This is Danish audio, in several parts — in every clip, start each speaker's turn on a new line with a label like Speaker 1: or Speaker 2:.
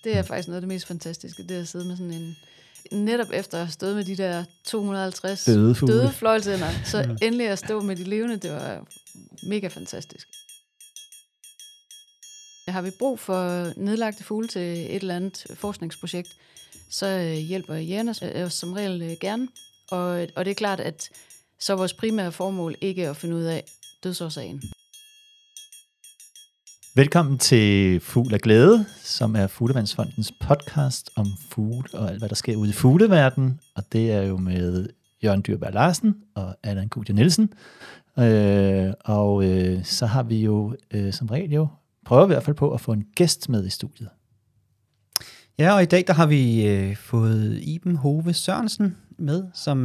Speaker 1: Det er faktisk noget af det mest fantastiske, det er at sidde med sådan en... Netop efter at have stået med de der 250 døde fløjlsænder, så endelig at stå med de levende, det var mega fantastisk. Har vi brug for nedlagte fugle til et eller andet forskningsprojekt, så hjælper jægerne os som regel gerne. Og det er klart, at så er vores primære formål ikke at finde ud af dødsårsagen.
Speaker 2: Velkommen til Fugl af Glæde, som er Fuglevandsfondens podcast om fugle og alt, hvad der sker ude i fugleverdenen. Og det er jo med Jørgen Dyrberg Larsen og Allan Gudje Nielsen. Så har vi jo som regel jo prøver i hvert fald på at få en gæst med i studiet.
Speaker 3: Ja, og i dag der har vi fået Iben Hove Sørensen med, som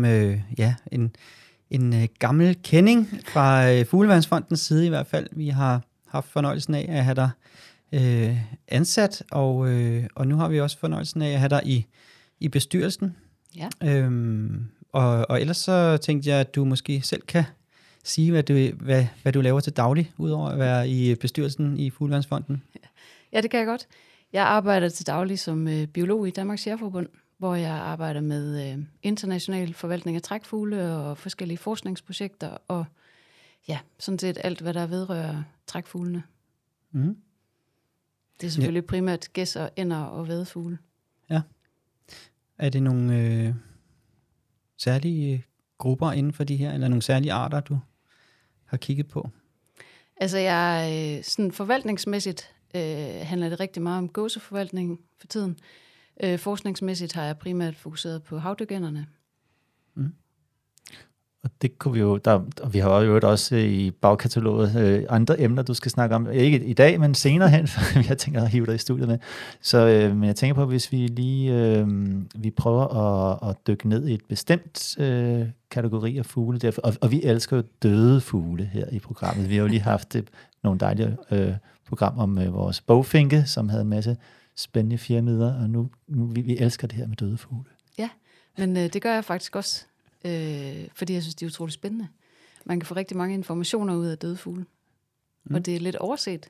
Speaker 3: en gammel kending fra Fuglevandsfondens side i hvert fald. Vi har haft fornøjelsen af at have dig ansat, og nu har vi også fornøjelsen af at have dig i bestyrelsen.
Speaker 1: Ja.
Speaker 3: Og ellers så tænkte jeg, at du måske selv kan sige, hvad du laver til daglig, udover at være i bestyrelsen i Fuglevandsfonden.
Speaker 1: Ja, det kan jeg godt. Jeg arbejder til daglig som biolog i Danmarks Jægerforbund, hvor jeg arbejder med international forvaltning af trækfugle og forskellige forskningsprojekter, og ja, sådan set alt, hvad der vedrører trækfuglene.
Speaker 3: Mm.
Speaker 1: Det er selvfølgelig primært gæsser, ænder og vadefugle.
Speaker 3: Ja. Er det nogle særlige grupper inden for de her, eller nogle særlige arter, du har kigget på?
Speaker 1: Altså, jeg sådan forvaltningsmæssigt handler det rigtig meget om gåseforvaltning for tiden. Forskningsmæssigt har jeg primært fokuseret på havdykænderne.
Speaker 2: Mm. Og det kunne vi jo, og vi har jo også i bagkataloget andre emner, du skal snakke om. Ikke i dag, men senere hen, for jeg tænker at hive dig i studiet med. Så men jeg tænker på, hvis vi lige vi prøver at dykke ned i et bestemt kategori af fugle. Derfor, og vi elsker jo døde fugle her i programmet. Vi har jo lige haft nogle dejlige program om vores bogfinke, som havde en masse spændende firmider, og nu vi elsker det her med døde fugle.
Speaker 1: Ja, men det gør jeg faktisk også. Fordi jeg synes, det er utroligt spændende. Man kan få rigtig mange informationer ud af døde fugle. Og det er lidt overset.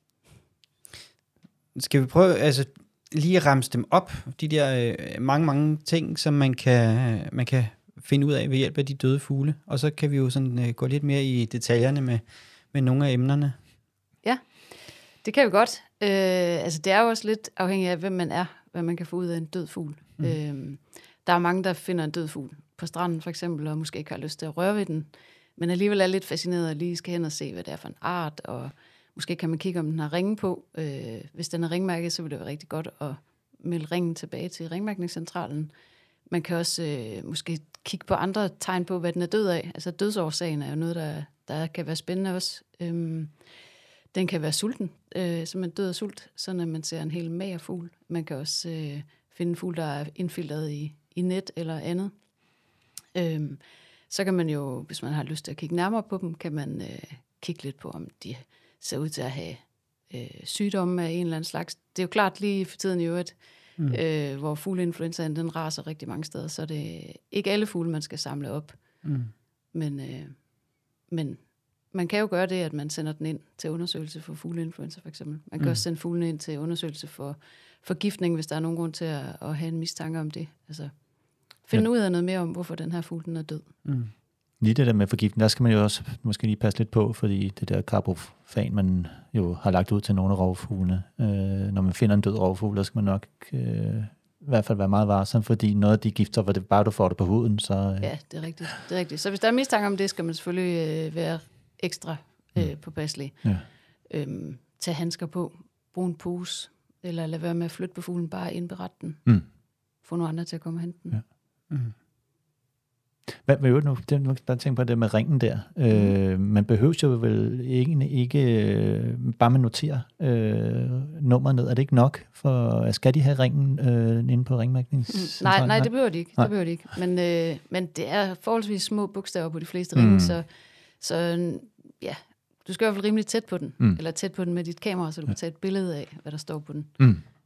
Speaker 3: Skal vi prøve lige at ramse dem op? De der mange ting, som man kan finde ud af ved hjælp af de døde fugle. Og så kan vi jo sådan gå lidt mere i detaljerne med nogle af emnerne.
Speaker 1: Ja, det kan vi godt. Det er jo også lidt afhængigt af, hvem man er, hvad man kan få ud af en død fugl. Der er mange, der finder en død fugl på stranden for eksempel, og måske ikke har lyst til at røre ved den, men alligevel er lidt fascineret og lige skal hen og se, hvad det er for en art, og måske kan man kigge, om den har ringe på. Hvis den er ringmærket, så vil det være rigtig godt at melde ringen tilbage til ringmærkningscentralen. Man kan også måske kigge på andre tegn på, hvad den er død af. Altså dødsårsagen er jo noget, der kan være spændende også. Den kan være sulten, simpelthen død af sult, sådan at man ser en hel mager fugl. Man kan også finde en fugl, der er indfiltret i net eller andet. Så kan man jo, hvis man har lyst til at kigge nærmere på dem, kan man kigge lidt på, om de ser ud til at have sygdomme af en eller anden slags. Det er jo klart lige for tiden i øvrigt, hvor fugleinfluenzaen den raser rigtig mange steder, så det er ikke alle fugle, man skal samle op. Men man kan jo gøre det, at man sender den ind til undersøgelse for fugleinfluenza for eksempel. Man kan også sende fuglene ind til undersøgelse for forgiftning, hvis der er nogen grund til at have en mistanke om det. Altså finde ud af noget mere om, hvorfor den her fugl den er død.
Speaker 2: Lige det der med forgiftning, der skal man jo også måske lige passe lidt på, fordi det der karbofan, man jo har lagt ud til nogle af rovfuglene. Når man finder en død rovfugl, der skal man nok i hvert fald være meget varsom, fordi noget af de giftstoffer, det bare du får det på huden. Så,
Speaker 1: Ja, det er rigtigt. Så hvis der er mistanke om det, skal man selvfølgelig være ekstra påpasselig. Ja. Tag handsker på, brug en pose, eller lad være med at flytte på fuglen, bare indberette den. Få nogle andre til at komme og hente den. Ja.
Speaker 2: Hvad vil nu? Bare tænke på det med ringen der. Man behøver jo vel ikke bare man noterer nummeret ned. Er det ikke nok? Skal de have ringen inde på ringmærkningscentralen?
Speaker 1: Nej, det behøver de ikke. Det behøver de ikke. Men det er forholdsvis små bogstaver på de fleste ringe, så ja, du skal i hvert fald rimelig tæt på den, eller tæt på den med dit kamera, så du kan tage et billede af, hvad der står på den.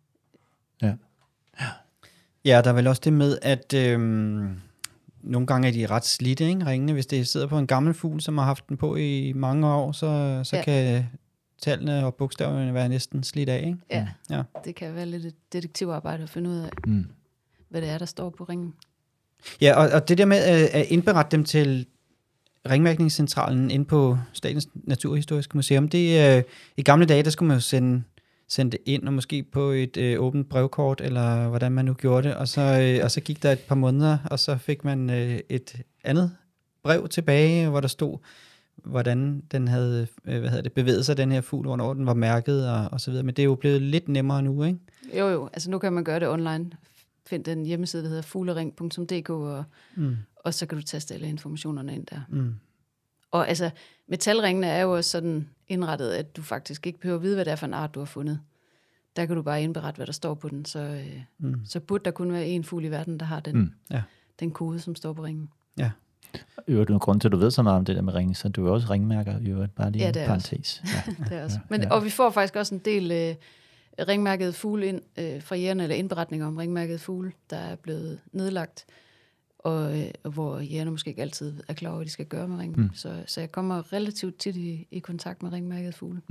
Speaker 3: Ja, der er vel også det med, at nogle gange er de ret slidte, ikke, ringene. Hvis det sidder på en gammel fugl, som har haft den på i mange år, så kan tallene og bogstaverne være næsten slidt af, ikke?
Speaker 1: Ja, det kan være lidt et detektivarbejde at finde ud af, hvad det er, der står på ringen.
Speaker 3: Ja, og det der med at indberette dem til ringmærkningscentralen inde på Statens Naturhistoriske Museum, det i gamle dage, der skulle man jo sende det ind, og måske på et åbent brevkort, eller hvordan man nu gjorde det, og så gik der et par måneder, og så fik man et andet brev tilbage, hvor der stod, hvordan den havde bevæget sig, den her fugl, hvornår den var mærket, og så videre. Men det er jo blevet lidt nemmere nu, ikke?
Speaker 1: Jo, altså nu kan man gøre det online. Find den hjemmeside, der hedder fuglering.dk, og så kan du taste alle informationerne ind der. Og altså, metalringene er jo også sådan indrettet, at du faktisk ikke behøver at vide, hvad det er for en art, du har fundet. Der kan du bare indberette, hvad der står på den, så burde der kun være en fugl i verden, der har den kode, som står på ringen.
Speaker 3: Ja.
Speaker 2: Det er grund til, at du ved så meget om det der med ringen, så du er også ringmærker, bare lige en parentes.
Speaker 1: Ja, det er også. Men, og vi får faktisk også en del ringmærkede fugle ind fra jægerne, eller indberetninger om ringmærkede fugle, der er blevet nedlagt, og hvor jægerne måske ikke altid er klar over, hvad de skal gøre med ringen. Så jeg kommer relativt tit i kontakt med ringmærkede fugle.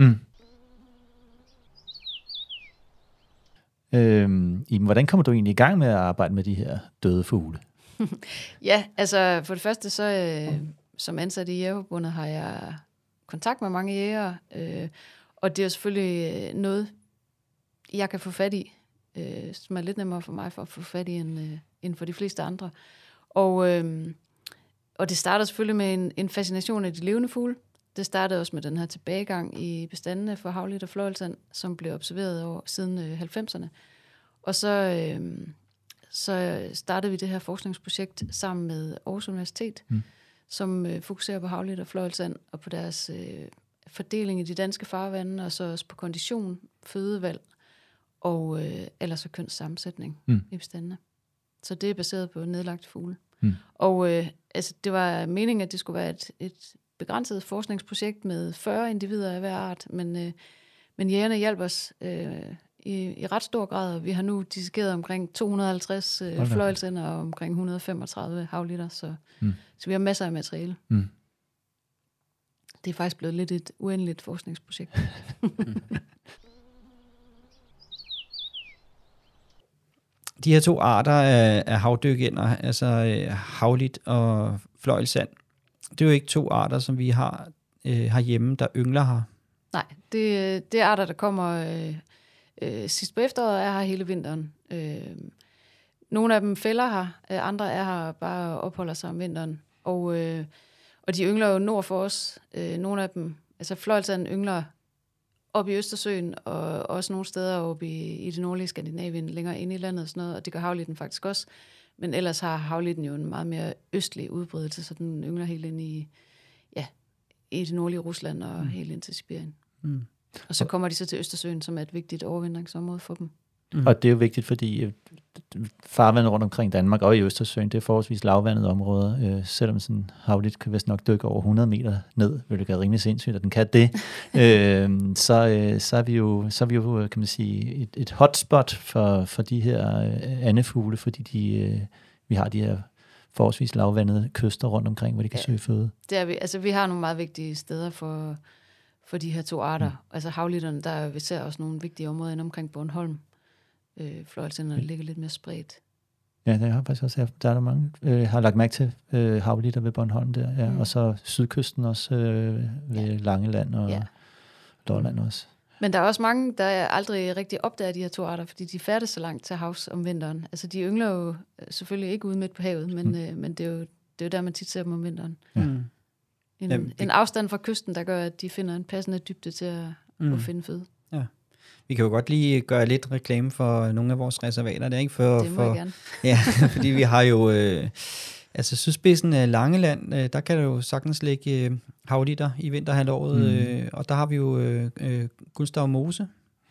Speaker 2: Hvordan kommer du egentlig i gang med at arbejde med de her døde fugle?
Speaker 1: Ja, altså for det første, så som ansat i Jægerforbundet har jeg kontakt med mange jægere, og det er selvfølgelig noget, jeg kan få fat i, som er lidt nemmere for mig for at få fat i end for de fleste andre. Og det starter selvfølgelig med en fascination af de levende fugle. Det startede også med den her tilbagegang i bestandene for havlit og fløjlsand, som blev observeret siden 90'erne. Og så startede vi det her forskningsprojekt sammen med Aarhus Universitet, som fokuserer på havlit og fløjlsand og på deres fordeling i de danske farvande, og så også på kondition, fødevalg og ellers så kønssammensætning i bestandene. Så det er baseret på nedlagte fugle. Og altså, det var meningen, at det skulle være et begrænset forskningsprojekt med 40 individer af hver art, men jægerne hjalp os i ret stor grad, og vi har nu dissekeret omkring 250 fløjlsænder og omkring 135 havlitter, så vi har masser af materiale. Det er faktisk blevet lidt et uendeligt forskningsprojekt.
Speaker 3: De her to arter af havdykænder, altså havlit og fløjlsand, det er jo ikke to arter, som vi har herhjemme, der yngler her.
Speaker 1: Nej, det er arter, der kommer sidst på efteråret, og er her hele vinteren. Nogle af dem fælder her, andre er her bare opholder sig om vinteren. Og de yngler jo nord for os. Nogle af dem, altså fløjlsand yngler op i Østersøen, og også nogle steder oppe i det nordlige Skandinavien, længere inde i landet og sådan noget, og det gør havlitten faktisk også. Men ellers har havlitten jo en meget mere østlig udbredelse, så den yngler helt ind i det nordlige Rusland og helt ind til Sibirien. Og så kommer de så til Østersøen, som er et vigtigt overvintringsområde for dem.
Speaker 2: Og det er jo vigtigt, fordi farvandet rundt omkring Danmark og i Østersøen, det er forholdsvis lavvandede områder. Selvom sådan havligt kan vist nok dykke over 100 meter ned, vil det gøre rimelig sindssygt, at den kan det. Så er vi jo, kan man sige, et hotspot for de her andefugle, fordi vi har de her forholdsvis lavvandede kyster rundt omkring, hvor de kan søge føde.
Speaker 1: Det er vi. Altså, vi har nogle meget vigtige steder for de her to arter. Altså havlitterne, der er vi ser også nogle vigtige områder inde omkring Bornholm. Fløjlsænderne ligger lidt mere spredt. Ja,
Speaker 2: det har faktisk også der er der mange. Har lagt mærke til havlitter ved Bornholm der, og så sydkysten også ved Langeland og Lolland også.
Speaker 1: Men der er også mange, der aldrig rigtig opdager de her to arter, fordi de færdes så langt til havs om vinteren. Altså de yngler jo selvfølgelig ikke ude midt på havet, men det er jo der, man tit ser dem om vinteren. En afstand fra kysten, der gør, at de finder en passende dybde til at finde føde. Ja.
Speaker 3: Vi kan jo godt lige gøre lidt reklame for nogle af vores reservater. Det er ikke
Speaker 1: det må jeg gerne.
Speaker 3: Ja, fordi vi har jo... altså sydspidsen af Langeland, der kan der jo sagtens ligge havlitter i vinterhalvåret, og der har vi jo Gustav Mose,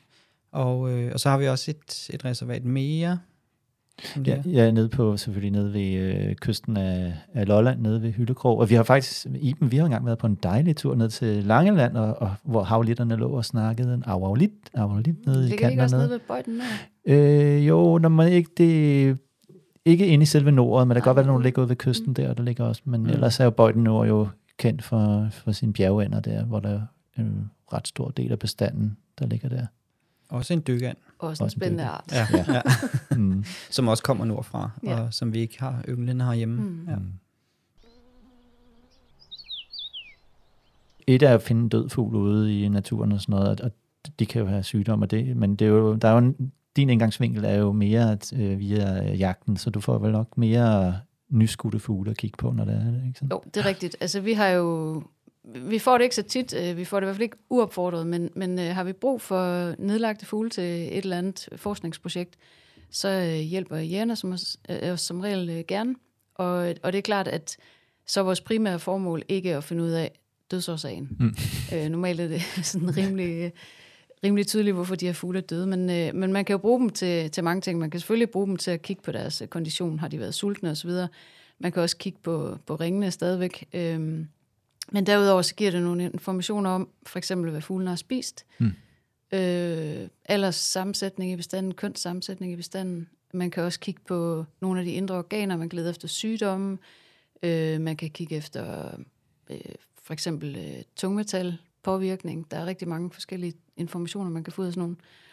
Speaker 3: og så har vi også et reservat mere.
Speaker 2: Ja, selvfølgelig nede ved kysten af Lolland, nede ved Hyllekrog. Og vi har faktisk, Iben, vi har engang været på en dejlig tur ned til Langeland, og hvor havlitterne lå og snakkede en auravlit nede i kanten.
Speaker 1: Ligger ikke også nede ved Bøjden
Speaker 2: der? Jo, når man ikke inde i selve Norden, men der kan godt være, at nogen ligger ude ved kysten der, og der ligger også. Men ellers er jo Bøjden Nord jo kendt for sine bjergender der, hvor der en ret stor del af bestanden, der ligger der.
Speaker 3: Også en dykand.
Speaker 1: Også en spændende art.
Speaker 3: Ja.
Speaker 2: Mm.
Speaker 3: Som også kommer nordfra,
Speaker 1: Ja.
Speaker 3: og som vi ikke har ynglende herhjemme.
Speaker 1: Mm.
Speaker 3: Ja.
Speaker 2: Et er at finde en død fugl ude i naturen og sådan noget, og de kan jo have sygdomme og det, men det er jo, der er jo din indgangsvinkel er jo mere via jagten, så du får vel nok mere nyskudte fugle at kigge på, når det er, ikke sådan?
Speaker 1: Jo, det er rigtigt. Altså, vi får det ikke så tit, vi får det i hvert fald ikke uopfordret, men har vi brug for nedlagte fugle til et eller andet forskningsprojekt, så hjælper jægerne som regel gerne. Og det er klart, at så er vores primære formål ikke at finde ud af dødsårsagen. Normalt er det sådan rimelig tydeligt, hvorfor de her fugle er døde, men man kan jo bruge dem til mange ting. Man kan selvfølgelig bruge dem til at kigge på deres kondition, har de været sultne osv. Man kan også kigge på ringene stadigvæk. Men derudover så giver det nogle informationer om, for eksempel hvad fuglene har spist, alders sammensætning i bestanden, kønssammensætning i bestanden. Man kan også kigge på nogle af de indre organer, man kan lede efter sygdomme, man kan kigge efter for eksempel tungmetal, påvirkning. Der er rigtig mange forskellige informationer, man kan få ud af sådan nogle.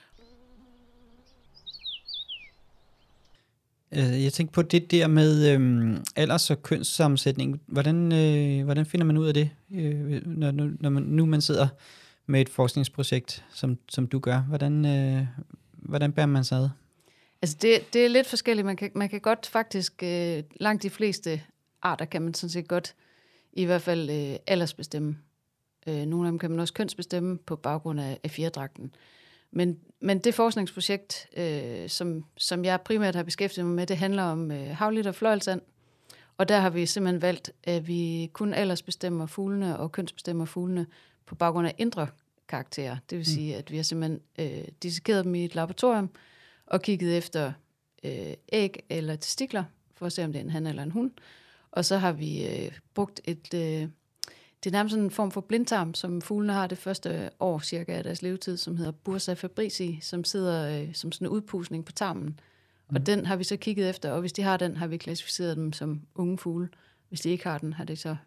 Speaker 3: Jeg tænker på det der med alders- og kønssammensætning. Hvordan finder man ud af det, når man sidder med et forskningsprojekt, som du gør? Hvordan bærer man sig ad?
Speaker 1: Altså det er lidt forskelligt. Man kan godt faktisk, langt de fleste arter kan man sådan set godt i hvert fald aldersbestemme. Nogle af dem kan man også kønsbestemme på baggrund af fjerdragten. Men det forskningsprojekt, som jeg primært har beskæftiget mig med, det handler om havlit og fløjlsand. Og der har vi simpelthen valgt, at vi kun aldersbestemmer fuglene og kønsbestemmer fuglene på baggrund af indre karakterer. Det vil sige, at vi har simpelthen dissekeret dem i et laboratorium og kigget efter æg eller testikler, for at se, om det er en han eller en hun. Og så har vi brugt det er nærmest sådan en form for blindtarm, som fuglene har det første år cirka af deres levetid, som hedder Bursa fabrici, som sidder som sådan en udpusning på tarmen. Og den har vi så kigget efter, og hvis de har den, har vi klassificeret dem som unge fugle. Hvis de ikke har den,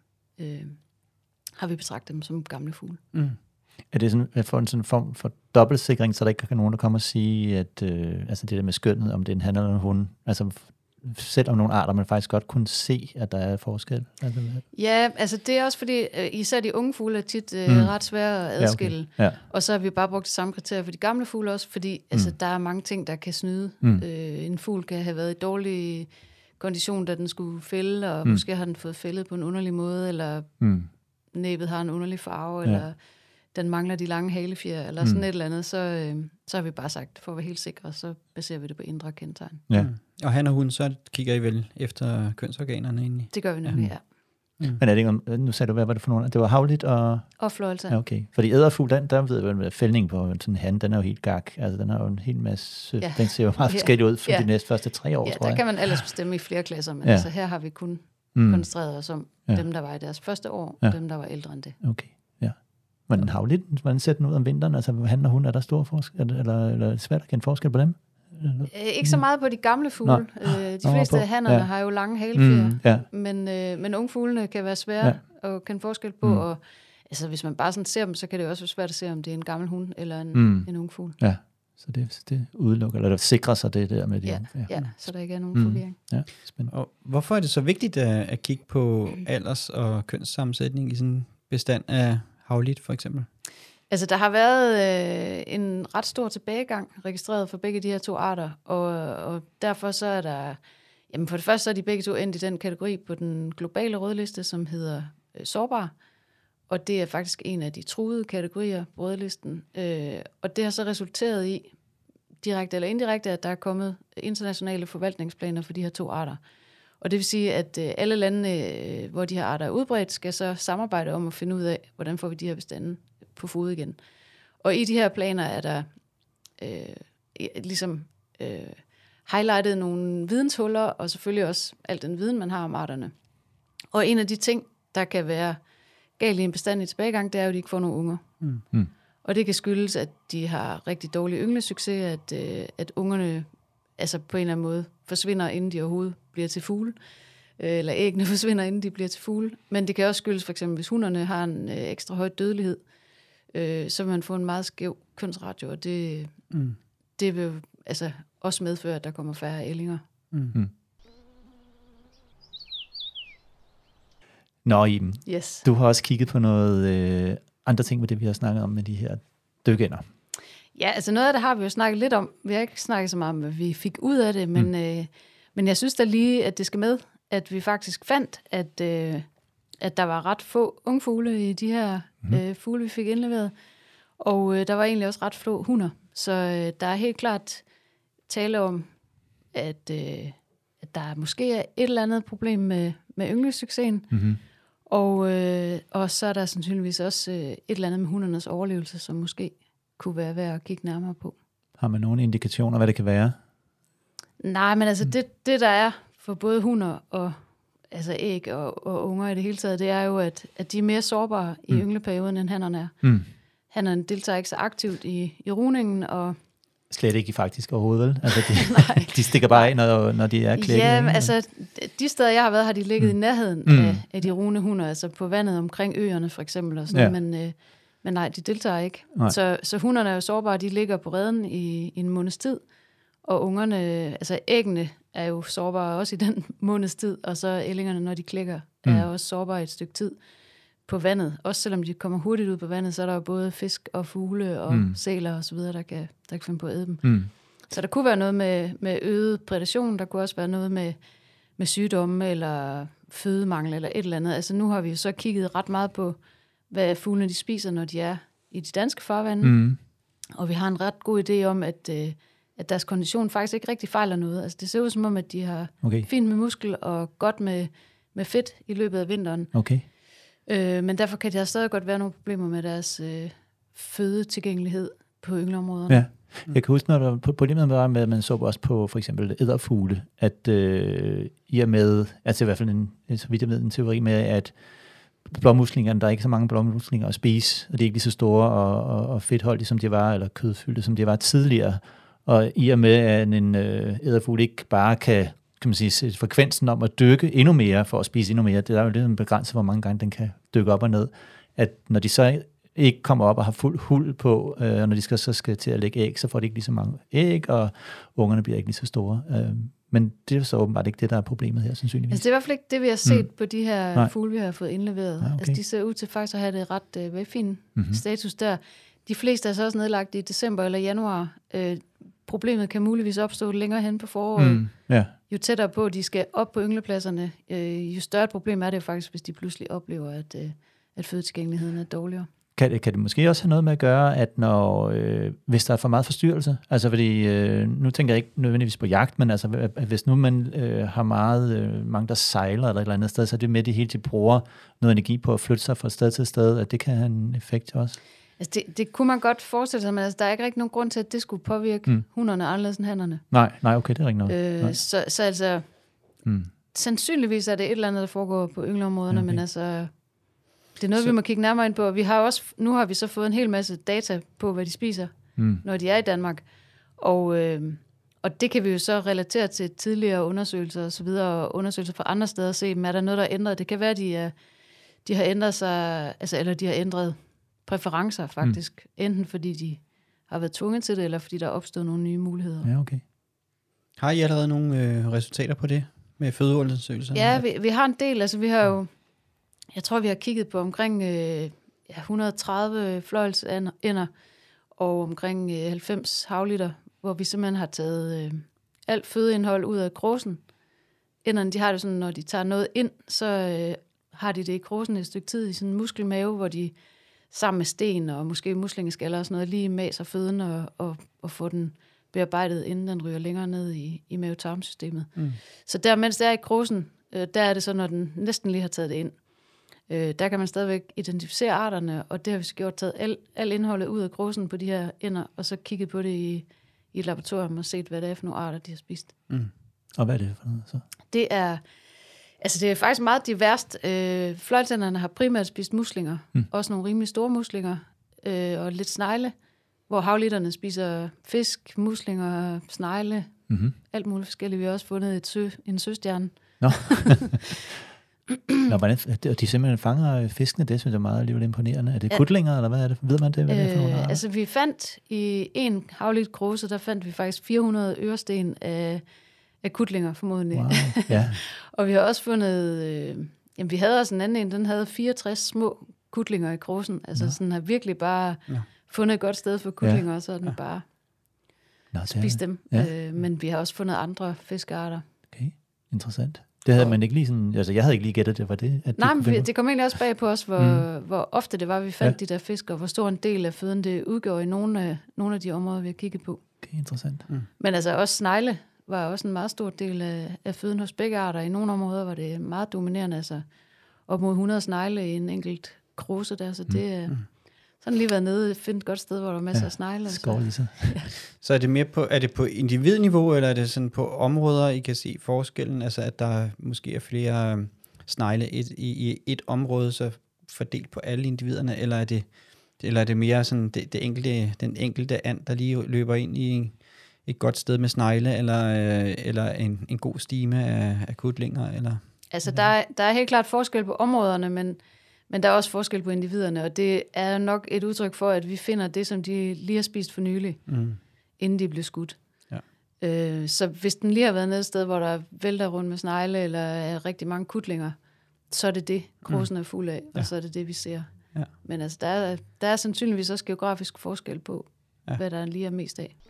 Speaker 1: har vi betragtet dem som gamle fugle.
Speaker 2: Mm. Er det sådan, at få en sådan form for dobbeltsikring, så der ikke kan nogen, der kommer og sige, at altså det der med skønnet, om det er en han eller en hund, altså selvom nogle arter, man faktisk godt kunne se, at der er forskel? Altså,
Speaker 1: ja, altså det er også fordi, især de unge fugle er tit ret svære at adskille. Ja, okay. Ja. Og så har vi bare brugt de samme kriterier for de gamle fugle også, fordi altså, der er mange ting, der kan snyde. En fugl kan have været i dårlig kondition, da den skulle fælde, og måske har den fået fældet på en underlig måde, eller næbet har en underlig farve, eller den mangler de lange halefjer, eller sådan et eller andet, så har vi bare sagt, for at være helt sikre, så baserer vi det på indre kendetegn.
Speaker 2: Ja.
Speaker 3: Og han og hun, så kigger I vel efter kønsorganerne egentlig?
Speaker 1: Det gør vi nemlig, ja.
Speaker 2: Men er det ikke, nu sagde du, hvad var det for nogle? Det var havligt og
Speaker 1: fløjlsand.
Speaker 2: Ja, okay. Fordi æderfugl, der ved jeg med fældning på sådan en han, den er jo helt gak. Altså, den har jo en hel masse, den ser jo meget forskellig ud for de næste første 3 år, tror jeg.
Speaker 1: Ja, der kan man ellers bestemme i flere klasser, men altså her har vi kun koncentreret os om dem, der var i deres første år, og dem, der var ældre end det.
Speaker 2: Okay, ja. Men havligt, hvordan ser den ud om vinteren? Altså, han og hun, er der stor forskel, eller svært at kende forskel på dem?
Speaker 1: Ikke så meget på de gamle fugle. De fleste af hannerne har jo lange halefjer, men unge fuglene kan være svære at kende forskel på, og altså, hvis man bare sådan ser dem, så kan det også være svært at se, om det er en gammel hund eller en ung fugl. Ja,
Speaker 2: så det udelukker, eller det sikrer sig det der med de
Speaker 1: ja, så der ikke er nogen forvirring.
Speaker 2: Ja, spændende.
Speaker 3: Og hvorfor er det så vigtigt at kigge på alders- og kønssammensætning i sådan en bestand af havlit, for eksempel?
Speaker 1: Altså, der har været en ret stor tilbagegang registreret for begge de her 2 arter, og derfor så er der, jamen for det første så er de begge 2 endt i den kategori på den globale rødliste, som hedder sårbar, og det er faktisk en af de truede kategorier på rødlisten, og det har så resulteret i, direkte eller indirekte, at der er kommet internationale forvaltningsplaner for de her 2 arter. Og det vil sige, at alle lande, hvor de her arter er udbredt, skal så samarbejde om at finde ud af, hvordan får vi de her bestande på fod igen. Og i de her planer er der highlightet nogle videnshuller, og selvfølgelig også al den viden, man har om arterne. Og en af de ting, der kan være galt i en bestand i tilbagegang, det er jo, at de ikke får nogle unger. Og det kan skyldes, at de har rigtig dårlig ynglesucces, at ungerne altså på en eller anden måde forsvinder, inden de overhovedet bliver til fugle, eller æggene forsvinder, inden de bliver til fugle. Men det kan også skyldes, for eksempel, hvis hunderne har en ekstra høj dødelighed, så vil man få en meget skæv kønsratio, og det vil jo altså også medføre, at der kommer færre ællinger.
Speaker 2: Nå, Iben,
Speaker 1: Yes.
Speaker 2: du har også kigget på noget andre ting med det, vi har snakket om med de her dykænder.
Speaker 1: Ja, altså noget af det har vi jo snakket lidt om. Vi har ikke snakket så meget om, hvad vi fik ud af det, men jeg synes da lige, at det skal med, at vi faktisk fandt, at der var ret få ungfugle i de her fugle, vi fik indleveret. Og der var egentlig også ret få hunder. Så der er helt klart tale om, at der måske er et eller andet problem med ynglesuccesen.
Speaker 2: Mm-hmm.
Speaker 1: Og så er der sandsynligvis også et eller andet med hundernes overlevelse, som måske kunne være værd at kigge nærmere på.
Speaker 2: Har man nogle indikationer, hvad det kan være?
Speaker 1: Nej, men altså det der er for både hunder og altså æg og unger i det hele taget, det er jo, at de er mere sårbare i yngleperioden, end hannerne er. Hannerne deltager ikke så aktivt i rugningen, og
Speaker 2: slet ikke faktisk overhovedet, vel? Altså, de stikker bare af, når de er klækket.
Speaker 1: Ja, altså de steder, jeg har været, har de ligget i nærheden af de rugende hunder, altså på vandet omkring øerne for eksempel, og sådan, men nej, de deltager ikke. Så hunderne er jo sårbare, de ligger på reden i en måneds tid, og ungerne, altså æggene, er jo sårbare også i den måneds tid, og så ællingerne, når de klækker, er også sårbare et stykke tid på vandet. Også selvom de kommer hurtigt ud på vandet, så er der jo både fisk og fugle og sæler og så videre, der kan finde på at æde dem. Så der kunne være noget med øget predation, der kunne også være noget med sygdomme eller fødemangel eller et eller andet. Altså nu har vi jo så kigget ret meget på, hvad fuglene de spiser, når de er i de danske farvande. Og vi har en ret god idé om, at deres kondition faktisk ikke rigtig fejler noget. Altså det ser ud som om, at de har fint med muskel og godt med fedt i løbet af vinteren.
Speaker 2: Okay.
Speaker 1: Men derfor kan der stadig godt være nogle problemer med deres fødetilgængelighed på yngleområderne.
Speaker 2: Ja. Jeg kan huske, når der problemet var med, at man så også på for eksempel edderfugle, at i og med, altså i hvert fald så vidt jeg ved, en teori med, at blåmuslingerne, der er ikke så mange blåmuslinger at spise, og de er ikke lige så store og fedtholdige, som de var, eller kødfyldte, som de var tidligere. Og i og med, at en edderfugl ikke bare kan man sige, sætte frekvensen om at dykke endnu mere, for at spise endnu mere, det er jo lidt begrænset, hvor mange gange den kan dykke op og ned, at når de så ikke kommer op og har fuld huld på, og når de skal til at lægge æg, så får de ikke lige så mange æg, og ungerne bliver ikke lige så store. Men det er så åbenbart ikke det, der er problemet her, sandsynligvis.
Speaker 1: Altså det er i hvert fald ikke det, vi har set på de her fugle, vi har fået indleveret.
Speaker 2: Okay.
Speaker 1: Altså de ser ud til faktisk at have det ret fin status der. De fleste er så også nedlagt i december eller januar. Problemet kan muligvis opstå længere hen på foråret. Jo tættere på, de skal op på ynglepladserne, jo større et problem er det jo faktisk, hvis de pludselig oplever, at fødetilgængeligheden er dårligere. Kan
Speaker 2: det måske også have noget med at gøre, at hvis der er for meget forstyrrelse, altså fordi, nu tænker jeg ikke nødvendigvis på jagt, men altså, at hvis nu man har mange, der sejler eller et eller andet sted, så er det med, at de hele tiden bruger noget energi på at flytte sig fra sted til sted, at det kan have en effekt også. Altså
Speaker 1: det kunne man godt forestille sig, men altså, der er ikke rigtig nogen grund til, at det skulle påvirke hunderne anderledes end hannerne.
Speaker 2: Nej, okay, det er ikke noget.
Speaker 1: Så altså, sandsynligvis er det et eller andet, der foregår på yngleområderne, men altså, det er noget, vi må kigge nærmere ind på. Nu har vi så fået en hel masse data på, hvad de spiser, når de er i Danmark. Og det kan vi jo så relatere til tidligere undersøgelser og så videre, og undersøgelser fra andre steder, og se, er der noget, der er ændret. Det kan være, de har ændret sig, altså, eller de har ændret præferencer faktisk, enten fordi de har været tvunget til det, eller fordi der er opstået nogle nye muligheder.
Speaker 2: Ja, okay.
Speaker 3: Har I allerede nogle resultater på det med fødeundersøgelser?
Speaker 1: Ja, vi har en del. Altså vi har jo, jeg tror vi har kigget på omkring 130 fløjelsænder og omkring 90 havliter, hvor vi simpelthen har taget alt fødeindhold ud af kråsen. Ænderne, de har det sådan, når de tager noget ind, så har de det i kråsen et stykke tid i sådan en muskelmave, hvor de sammen med sten og måske muslingeskaller og sådan noget, lige maser føden og få den bearbejdet, inden den ryger længere ned i mavetarmsystemet. Så der, mens det er i kråsen, der er det så, når den næsten lige har taget det ind. Der kan man stadigvæk identificere arterne, og det har vi så gjort, taget alt indholdet ud af kråsen på de her ænder, og så kigget på det i et laboratorium og set, hvad det er for nogle arter, de har spist.
Speaker 2: Og hvad er det for noget så?
Speaker 1: Det er faktisk meget diverst. Fløjlsænderne har primært spist muslinger, også nogle rimelig store muslinger, og lidt snegle, hvor havlitterne spiser fisk, muslinger, snegle, alt muligt forskelligt. Vi har også fundet en søstjerne.
Speaker 2: Nå. Nå, og de simpelthen fanger fiskene, det synes jeg er meget alligevel imponerende. Er det kutlinger, eller hvad er det? Ved man det? Hvad det er for nogle arter?
Speaker 1: Altså, vi fandt i en havligt grose, der fandt vi faktisk 400 øresten af kutlinger, formodentlig.
Speaker 2: Wow, ja.
Speaker 1: Og vi har også fundet... vi havde også en anden en, den havde 64 små kutlinger i grosen. Altså, sådan har virkelig bare fundet et godt sted for kutlinger, og så er den bare spist dem. Ja. Men vi har også fundet andre fiskearter.
Speaker 2: Okay, interessant. Det havde man ikke lige sådan... Altså, jeg havde ikke lige gættet det, var det? At
Speaker 1: Nej, men det kom egentlig også bag på os, hvor ofte det var, vi fandt de der fisk, og hvor stor en del af føden det udgjorde i nogle af de områder, vi har kigget på.
Speaker 2: Okay, interessant.
Speaker 1: Men altså også snegle var også en meget stor del af føden hos begge arter. I nogle områder var det meget dominerende, altså op mod 100 snegle i en enkelt kruse der, så det sådan lige været nede og finde et godt sted, hvor der er masser af snegle.
Speaker 2: Skål lige så.
Speaker 3: Så er det mere er det på individniveau, eller er det sådan på områder, I kan se forskellen? Altså at der måske er flere snegle i et område, så fordelt på alle individerne, eller er det mere sådan den enkelte and, der lige løber ind i et godt sted med snegle, eller en god stime af kutlinger? Eller?
Speaker 1: Altså der er helt klart forskel på områderne, men der er også forskel på individerne, og det er nok et udtryk for, at vi finder det, som de lige har spist for nylig, inden de blev skudt. Ja. Så hvis den lige har været nede et sted, hvor der vælter rundt med snegle, eller er rigtig mange kutlinger, så er det grosen er fuld af, og så er det vi ser. Ja. Men altså, der er sandsynligvis også geografisk forskel på, hvad der lige er mest af.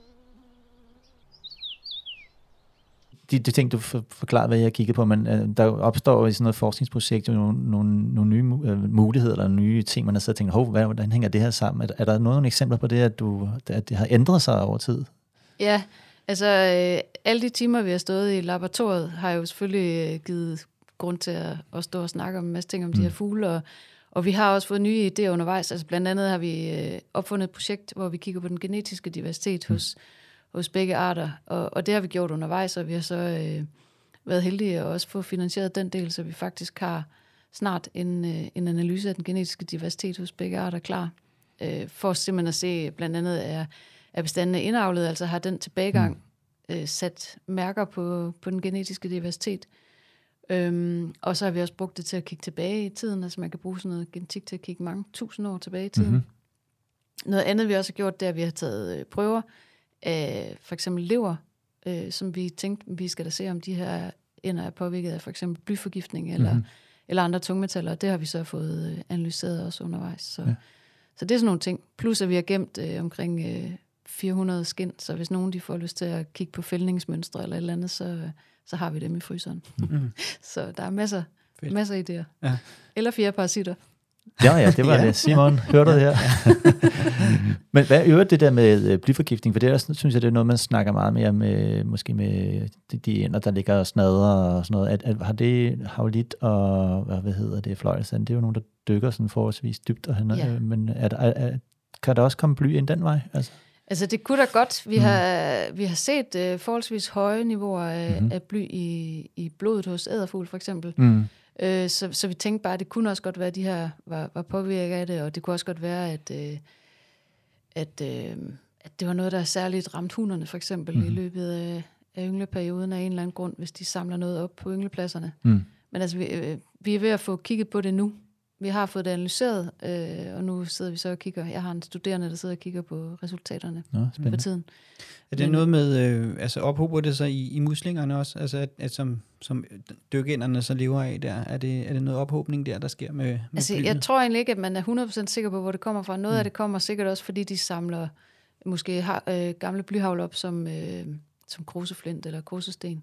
Speaker 2: De ting, du forklarede, hvad jeg kiggede på, men der opstår i sådan noget forskningsprojekt jo nogle nye muligheder, eller nye ting, man har siddet og tænkt, hvordan hænger det her sammen? Er der nogle eksempler på det, at det har ændret sig over tid?
Speaker 1: Ja, altså alle de timer, vi har stået i laboratoriet, har jo selvfølgelig givet grund til at stå og snakke om en masse ting om de her fugle, og vi har også fået nye idéer undervejs. Altså blandt andet har vi opfundet et projekt, hvor vi kigger på den genetiske diversitet hos begge arter, og det har vi gjort undervejs, og vi har så været heldige at også få finansieret den del, så vi faktisk har snart en analyse af den genetiske diversitet hos begge arter klar, for simpelthen at se, blandt andet er bestandene indavlet, altså har den tilbagegang sat mærker på den genetiske diversitet. Og så har vi også brugt det til at kigge tilbage i tiden, altså man kan bruge sådan noget genetik til at kigge mange tusind år tilbage i tiden. Noget andet, vi også har gjort, det er, at vi har taget prøver af for eksempel lever, som vi tænkte, vi skal da se, om de her ender er påvirket af for eksempel blyforgiftning eller andre tungmetaller, og det har vi så fået analyseret også undervejs. Så det er sådan nogle ting. Plus at vi har gemt omkring 400 skind, så hvis nogen de får lyst til at kigge på fældningsmønstre eller et eller andet, så har vi dem i fryseren. Så der er masser idéer. Ja. Eller 4 parasitter.
Speaker 2: Ja, det var det. Simon, hørte du det her? Men hvad er det der med blyforgiftning? For det er, synes jeg, det er noget, man snakker meget mere med, måske med de ender, der ligger og snadrer og sådan noget. Har det haulit og, hvad hedder det, fløjlsand, det er jo nogen, der dykker sådan forholdsvis dybt. Men kan der også komme bly ind den vej?
Speaker 1: Altså det kunne da godt. Vi har set forholdsvis høje niveauer af bly i blodet hos edderfugl for eksempel. Så vi tænkte bare, at det kunne også godt være, at de her var påvirket af det, og det kunne også godt være, at det var noget, der særligt ramte hunderne for eksempel i løbet af yngleperioden af en eller anden grund, hvis de samler noget op på ynglepladserne. Men altså, vi er ved at få kigget på det nu. Vi har fået det analyseret, og nu sidder vi så og kigger. Jeg har en studerende, der sidder og kigger på resultaterne på tiden.
Speaker 3: Er det noget med, ophober det sig i muslingerne også? Altså, at som dykænderne så lever af der, er det noget ophobning der sker med
Speaker 1: altså, blyene? Jeg tror egentlig ikke, at man er 100% sikker på, hvor det kommer fra. Noget af det kommer sikkert også, fordi de samler måske gamle blyhavl op som kruseflint eller krusesten.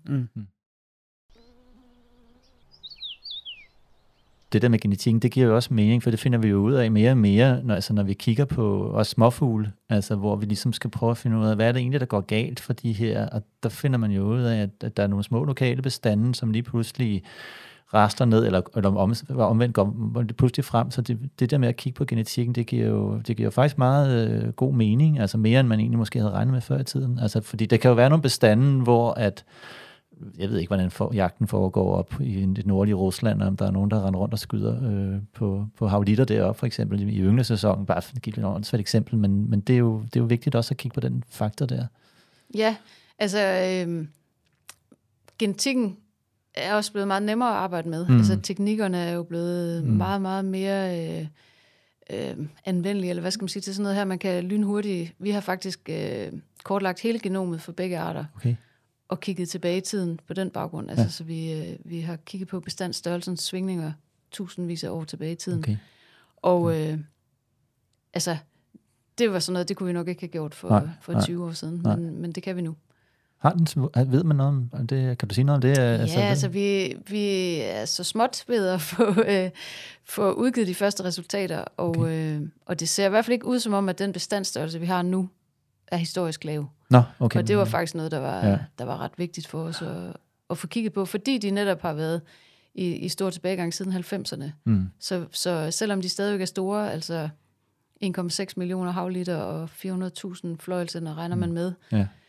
Speaker 2: Det der med genetikken, det giver jo også mening, for det finder vi jo ud af mere og mere, når vi kigger på også småfugle, altså hvor vi ligesom skal prøve at finde ud af, hvad er det egentlig, der går galt for de her, og der finder man jo ud af, at der er nogle små lokale bestande, som lige pludselig raster ned, eller omvendt går det pludselig frem, så det der med at kigge på genetikken, det giver jo faktisk meget god mening, altså mere end man egentlig måske havde regnet med før i tiden, altså fordi der kan jo være nogle bestande, hvor at jeg ved ikke, hvordan jagten foregår op i det nordlige Rusland, om der er nogen, der render rundt og skyder på haulitter deroppe, for eksempel i ynglesæsonen, bare for at give et ordentligt eksempel, men det er jo vigtigt også at kigge på den faktor der.
Speaker 1: Ja, altså genetikken er også blevet meget nemmere at arbejde med. Altså teknikkerne er jo blevet meget, meget mere anvendelige, eller hvad skal man sige, til sådan noget her. Man kan lynhurtigt. Vi har faktisk kortlagt hele genomet for begge arter, og kigget tilbage i tiden på den baggrund. Altså, så vi har kigget på bestandsstørrelsens svingninger tusindvis af år tilbage i tiden. Okay. Og altså, det var sådan noget, det kunne vi nok ikke have gjort for 20 år siden, men det kan vi nu.
Speaker 2: Ved man noget om det? Kan du sige noget om det?
Speaker 1: Altså vi er så småt ved at få udgivet de første resultater, og det ser i hvert fald ikke ud som om, at den bestandsstørrelse, vi har nu, er historisk lav.
Speaker 2: Okay.
Speaker 1: Og det var faktisk noget, der var ret vigtigt for os at få kigget på, fordi de netop har været i stor tilbagegang siden 90'erne. Så selvom de stadigvæk er store, altså 1,6 millioner havliter og 400.000 fløjelsænder regner man med,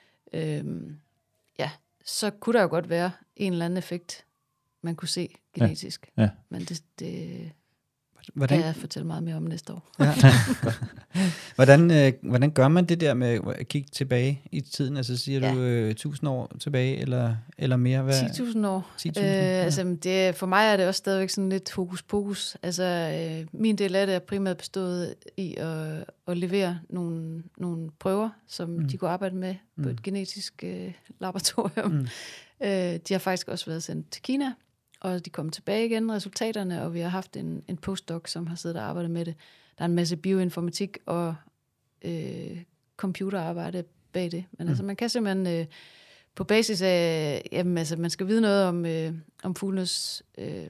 Speaker 1: så kunne der jo godt være en eller anden effekt, man kunne se genetisk. Ja. Men det kan jeg fortælle meget mere om næste år. Ja.
Speaker 3: Hvordan gør man det der med at kigge tilbage i tiden? Altså siger du 1000 år tilbage, eller mere?
Speaker 1: 10.000 år. 10.000, altså for mig er det også stadigvæk sådan lidt hokus pokus. Altså min del af det er primært bestået i at levere nogle prøver, som de kunne arbejde med på et genetisk laboratorium. De har faktisk også været sendt til Kina, og de kom tilbage igen, resultaterne, og vi har haft en postdoc, som har siddet og arbejdet med det. Der er en masse bioinformatik og computerarbejde bag det. Men altså, man kan simpelthen på basis af, jamen altså, man skal vide noget om fuglenes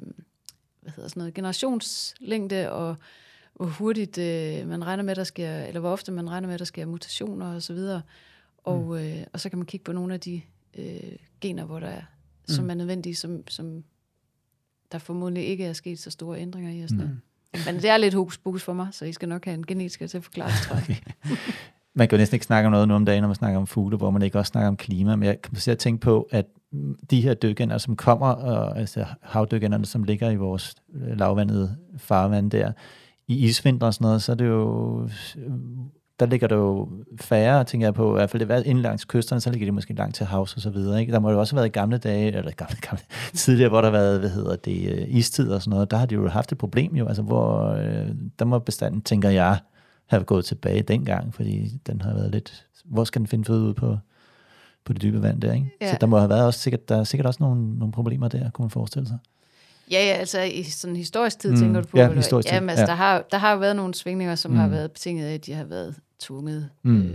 Speaker 1: generationslængde, og hvor hurtigt man regner med, der sker, eller hvor ofte man regner med, der sker mutationer og så videre. Og så kan man kigge på nogle af de gener, hvor der er, som er nødvendige, som der formodentlig ikke er sket så store ændringer i. Men det er lidt hokus pokus for mig, så I skal nok have en genetiker til at forklare det, tror jeg.
Speaker 2: Man kan jo næsten ikke snakke om noget nu om dagen, når man snakker om fugle, hvor man ikke også snakker om klima, men jeg kan at tænke på, at de her dykænder, som kommer, altså havdykænderne, som ligger i vores lavvandede farvand der, i isvinter og sådan noget, så er det jo, der ligger der jo færre, tænker jeg på, i hvert fald det har været inden langs kysterne, så ligger de måske langt til havs og så videre, ikke? Der må jo også have været i gamle dage, eller gamle tidligere, hvor der har været, istid og sådan noget, der har de jo haft et problem jo, altså hvor, der må bestanden, tænker jeg, have gået tilbage dengang, fordi den har været lidt, hvor skal den finde føde ud på det dybe vand der, ikke? Ja. Så der må have været også der er sikkert også nogle problemer der, kunne man forestille sig.
Speaker 1: Ja, altså i sådan en historisk tid, tænker du på?
Speaker 2: Ja, historisk tid.
Speaker 1: Jamen, altså, der har jo været nogle svingninger, som har været betinget af, at de har været tvunget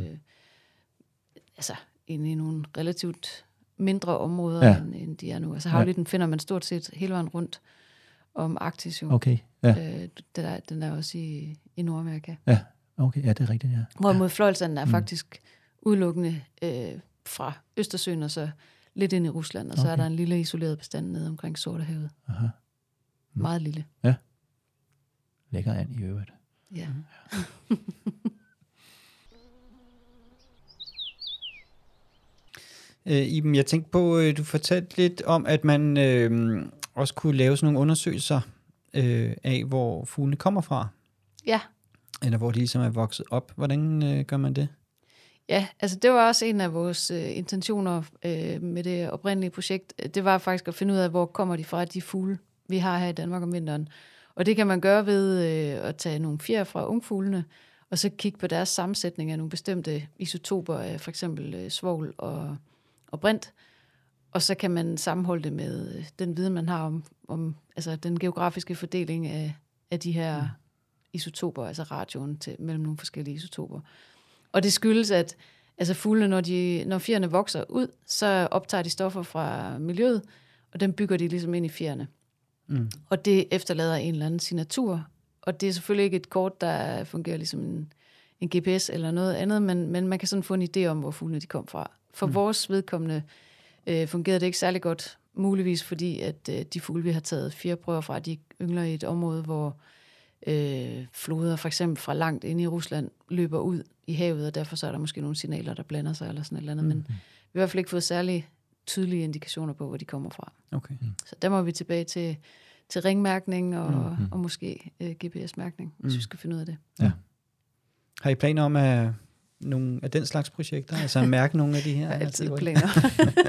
Speaker 1: ind i nogle relativt mindre områder, end de er nu. Altså havlitten finder man stort set hele vejen rundt om Arktis jo.
Speaker 2: Okay, ja.
Speaker 1: Den er også i Nordamerika.
Speaker 2: Ja, okay, ja, det er rigtigt, ja.
Speaker 1: Hvorimod fløjelsanden er faktisk udelukkende fra Østersøen og så lidt ind i Rusland, og så er der en lille isoleret bestand nede omkring Sortehavet. Aha. Meget lille.
Speaker 2: Ja. Lækker and i øvrigt.
Speaker 1: Ja.
Speaker 3: Iben, jeg tænkte på, du fortalte lidt om, at man også kunne lave sådan nogle undersøgelser af, hvor fuglene kommer fra.
Speaker 1: Ja.
Speaker 3: Eller hvor de ligesom er vokset op. Hvordan gør man det?
Speaker 1: Ja, altså det var også en af vores intentioner med det oprindelige projekt. Det var faktisk at finde ud af, hvor kommer de fra, de fugle, vi har her i Danmark om vinteren. Og det kan man gøre ved at tage nogle fjer fra ungfuglene, og så kigge på deres sammensætning af nogle bestemte isotoper af for eksempel svovl og brint. Og så kan man sammenholde det med den viden, man har om altså den geografiske fordeling af de her isotoper, altså radioen mellem nogle forskellige isotoper. Og det skyldes, at altså fuglene, når fjerne vokser ud, så optager de stoffer fra miljøet, og dem bygger de ligesom ind i fjerne. Og det efterlader en eller anden signatur. Og det er selvfølgelig ikke et kort, der fungerer ligesom en GPS eller noget andet, men man kan sådan få en idé om, hvor fuglene de kom fra. For vores vedkommende fungerede det ikke særlig godt, muligvis fordi, at de fugle, vi har taget 4 prøver fra, de yngler i et område, hvor floder for eksempel fra langt inde i Rusland løber ud i havet, og derfor så er der måske nogle signaler, der blander sig eller sådan et eller andet, men vi har i hvert fald ikke fået særlig tydelige indikationer på, hvor de kommer fra. Okay. Så der må vi tilbage til ringmærkning og måske GPS-mærkning, hvis vi skal finde ud af det.
Speaker 3: Ja. Har I planer om at nogle af den slags projekter? Altså at mærke nogle af de her?
Speaker 1: Jeg har altid planer.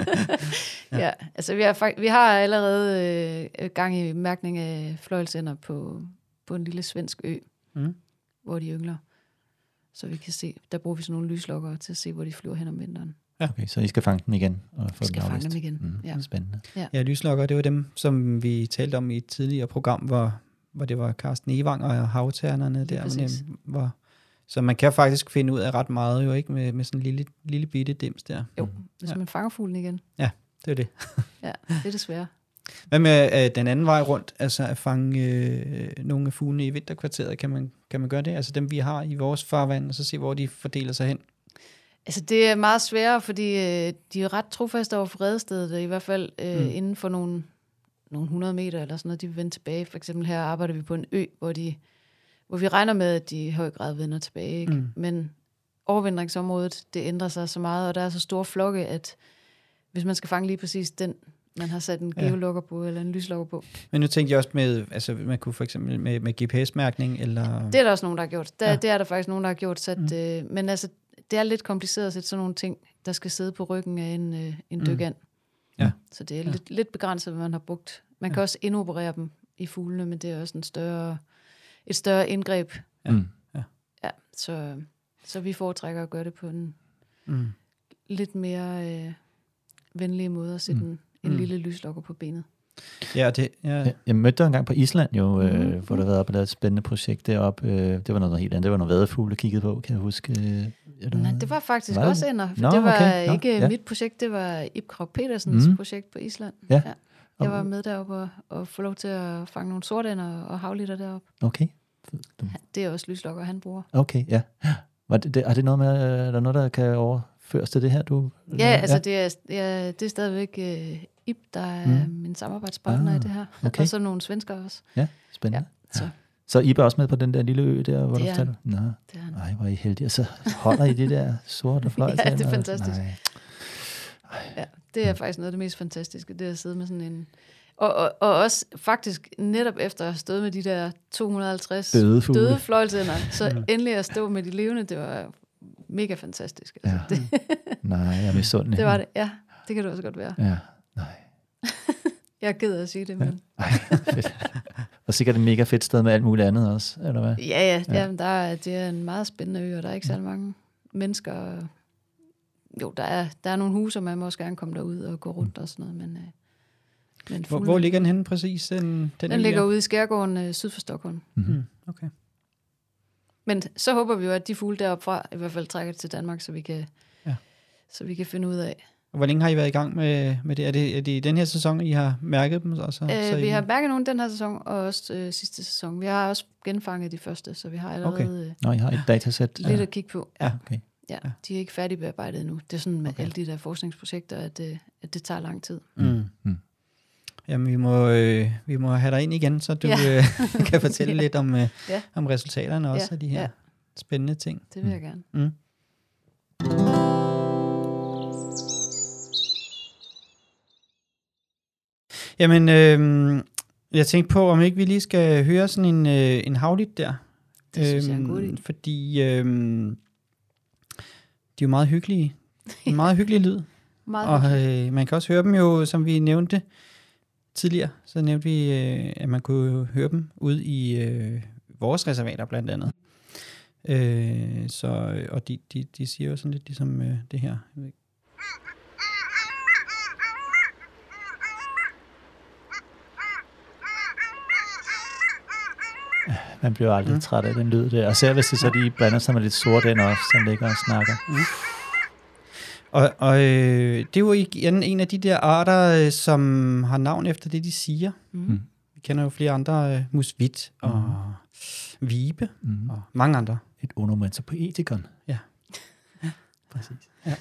Speaker 1: Ja, altså vi har allerede gang i mærkning af fløjelsænder på en lille svensk ø, hvor de yngler. Så vi kan se, der bruger vi sådan nogle lyslokkere til at se, hvor de flyver hen om vinteren.
Speaker 2: Ja. Okay, så I skal fange dem igen? Og få
Speaker 1: skal fange dem igen,
Speaker 2: ja. Spændende.
Speaker 3: Ja, lyslokkere, det var dem, som vi talte om i et tidligere program, hvor det var Carsten Evang og havternerne der. Så man kan faktisk finde ud af ret meget, jo ikke, med sådan en lille bitte dims der.
Speaker 1: Jo, hvis man fanger fuglen igen.
Speaker 3: Ja, det er det.
Speaker 1: Ja, det er desværre.
Speaker 3: Hvad med den anden vej rundt, altså at fange nogle af fuglene i vinterkvarteret, kan man gøre det? Altså dem, vi har i vores farvand, og så se, hvor de fordeler sig hen?
Speaker 1: Altså det er meget sværere, fordi de er ret trofaste over for redestedet, i hvert fald inden for nogle 100 meter eller sådan noget, de vil vende tilbage. For eksempel her arbejder vi på en ø, hvor vi regner med, at de i høj grad vender tilbage. Ikke? Men overvintringsområdet, det ændrer sig så meget, og der er så store flokke, at hvis man skal fange lige præcis den, man har sat en geolokker på, eller en lyslokker på. Men
Speaker 3: nu tænkte jeg også med, altså man kunne for eksempel med GPS-mærkning, eller... Det
Speaker 1: er der også nogen, der har gjort. Det er der faktisk nogen, der har gjort. Men altså, det er lidt kompliceret at sætte sådan nogle ting, der skal sidde på ryggen af en dykand.
Speaker 3: Ja.
Speaker 1: Så det er lidt begrænset, hvad man har brugt. Man kan også indoperere dem i fuglene, men det er også et større indgreb. Ja, så vi foretrækker at gøre det på en lidt mere venlige måde at sætte en lille lyslokker på benet.
Speaker 2: Ja, jeg mødte dig engang på Island jo, hvor der var oppe og lavede et spændende projekt deroppe. Det var noget helt andet. Det var noget vadefugle, kiggede på, kan jeg huske.
Speaker 1: Nej, det var faktisk også ender. Det var ikke mit projekt, det var Ib Krag Petersens projekt på Island. Ja. Jeg var med deroppe og få lov til at fange nogle sortænder og havlitter deroppe.
Speaker 2: Okay.
Speaker 1: Det er også lyslokker, han bruger.
Speaker 2: Okay, ja. Er det noget med, er der noget, der kan overføres til det her, du?
Speaker 1: Ja, altså det er stadigvæk Ib, der er min samarbejdspartner i det her. Okay. Og så nogle svenskere også.
Speaker 2: Ja, spændende. Ja, så Ib er også med på den der lille ø der, hvor du fortæller?
Speaker 1: Nå,
Speaker 2: nej, hvor er I heldige. Og så holder I det der sorte fløjt.
Speaker 1: Ja, det er fantastisk. Ja, det er faktisk noget af det mest fantastiske, det er at sidde med sådan en... Og også faktisk netop efter at have stået med de der 250 døde fløjlsænder, så endelig at stå med de levende, det var mega fantastisk. Altså,
Speaker 2: ja. Nej, jeg er misundelig.
Speaker 1: Det var det, ja. Det kan det også godt være.
Speaker 2: Ja, nej.
Speaker 1: Jeg er ked af at sige det, men...
Speaker 2: Ej, fedt. Og sikkert et mega fedt sted med alt muligt andet også, eller hvad?
Speaker 1: Ja. Jamen, det er en meget spændende ø, og der er ikke særlig mange mennesker. Jo, der er nogle huse, og man må også gerne komme derud og gå rundt og sådan noget, men
Speaker 3: hvor ligger den henne præcis? Den
Speaker 1: ligger ude i skærgården syd for Stockholm.
Speaker 3: Okay.
Speaker 1: Men så håber vi jo, at de fugle deroppe fra i hvert fald trækker det til Danmark, så vi kan finde ud af.
Speaker 3: Og hvor længe har I været i gang med det? Er det i den her sæson, I har mærket dem?
Speaker 1: Vi har mærket nogle den her sæson, og også sidste sæson. Vi har også genfanget de første, så vi har allerede
Speaker 2: I har et datasæt.
Speaker 1: Lidt at kigge på.
Speaker 2: Ja, okay.
Speaker 1: Ja, de er ikke færdigbearbejdet endnu. Det er sådan med alle de der forskningsprojekter, at det tager lang tid.
Speaker 3: Jamen, vi må have dig ind igen, så du kan fortælle lidt om resultaterne også af de her spændende ting.
Speaker 1: Det vil jeg gerne.
Speaker 3: Jamen, jeg tænkte på, om ikke vi lige skal høre sådan en havlit der.
Speaker 1: Det synes jeg er en god idé.
Speaker 3: Fordi de er jo meget hyggelige. En meget hyggelig lyd. Og man kan også høre dem jo, som vi nævnte tidligere, så nævnte vi, at man kunne høre dem ude i vores reservater blandt andet. Og de siger jo sådan lidt ligesom det her.
Speaker 2: Man bliver aldrig træt af den lyd der. Og selv hvis det så de blander sig med lidt sortænder også, som ligger og snakker.
Speaker 3: Og det er jo igen en af de der arter, som har navn efter det, de siger. Vi kender jo flere andre, musvit og vibe og mange andre.
Speaker 2: Et onomato poetikon.
Speaker 3: Ja.
Speaker 2: Præcis.
Speaker 3: Ja.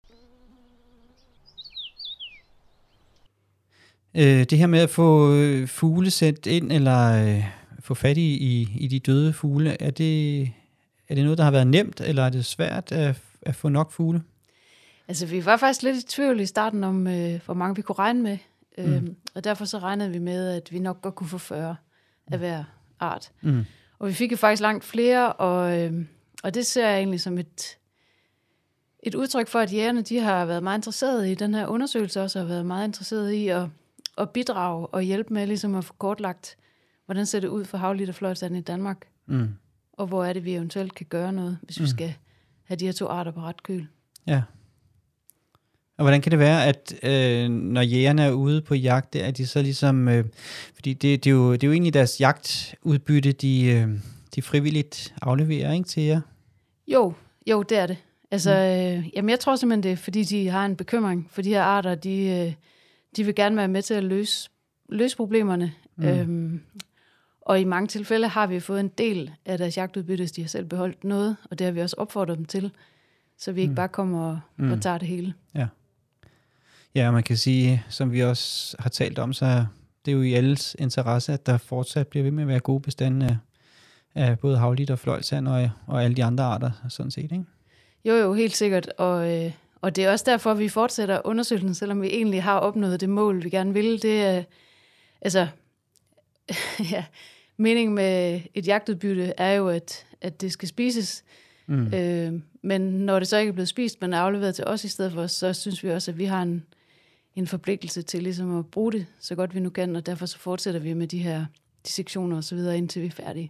Speaker 3: Det her med at få fugle sendt ind, eller få fat i de døde fugle, er det noget, der har været nemt, eller er det svært at få nok fugle? Altså,
Speaker 1: vi var faktisk lidt i tvivl i starten om, hvor mange vi kunne regne med. Og derfor så regnede vi med, at vi nok godt kunne få 40 af hver art. Og vi fik jo faktisk langt flere, og det ser jeg egentlig som et udtryk for, at jægerne de har været meget interesserede i den her undersøgelse, også har været meget interesserede i at bidrage og hjælpe med ligesom at få kortlagt, hvordan ser det ud for havlidt og fløjlsanden i Danmark, og hvor er det, vi eventuelt kan gøre noget, hvis vi skal have de her 2 arter på ret køl.
Speaker 3: Ja. Og hvordan kan det være, at når jægerne er ude på jagt, er de så ligesom, fordi det er jo egentlig deres jagtudbytte, de frivilligt afleverer, ikke, til jer?
Speaker 1: Jo, det er det. Altså, jamen jeg tror simpelthen, det er, fordi de har en bekymring for de her arter, de vil gerne være med til at løse problemerne. Og i mange tilfælde har vi fået en del af deres jagtudbytte, hvis de har selv beholdt noget, og det har vi også opfordret dem til, så vi ikke bare kommer og tager det hele.
Speaker 3: Ja. Ja, man kan sige, som vi også har talt om, så det er jo i alles interesse, at der fortsat bliver ved med at være gode bestande af både havlidt og fløjlsand og alle de andre arter, sådan set, ikke?
Speaker 1: Jo, helt sikkert, og det er også derfor, vi fortsætter undersøgelsen, selvom vi egentlig har opnået det mål, vi gerne vil. Det er, altså, ja, meningen med et jagtudbytte er jo, at det skal spises, men når det så ikke er blevet spist, men er afleveret til os i stedet for, så synes vi også, at vi har en forpligtelse til ligesom at bruge det så godt vi nu kan, og derfor så fortsætter vi med de her dissektioner og så videre, indtil vi er færdige.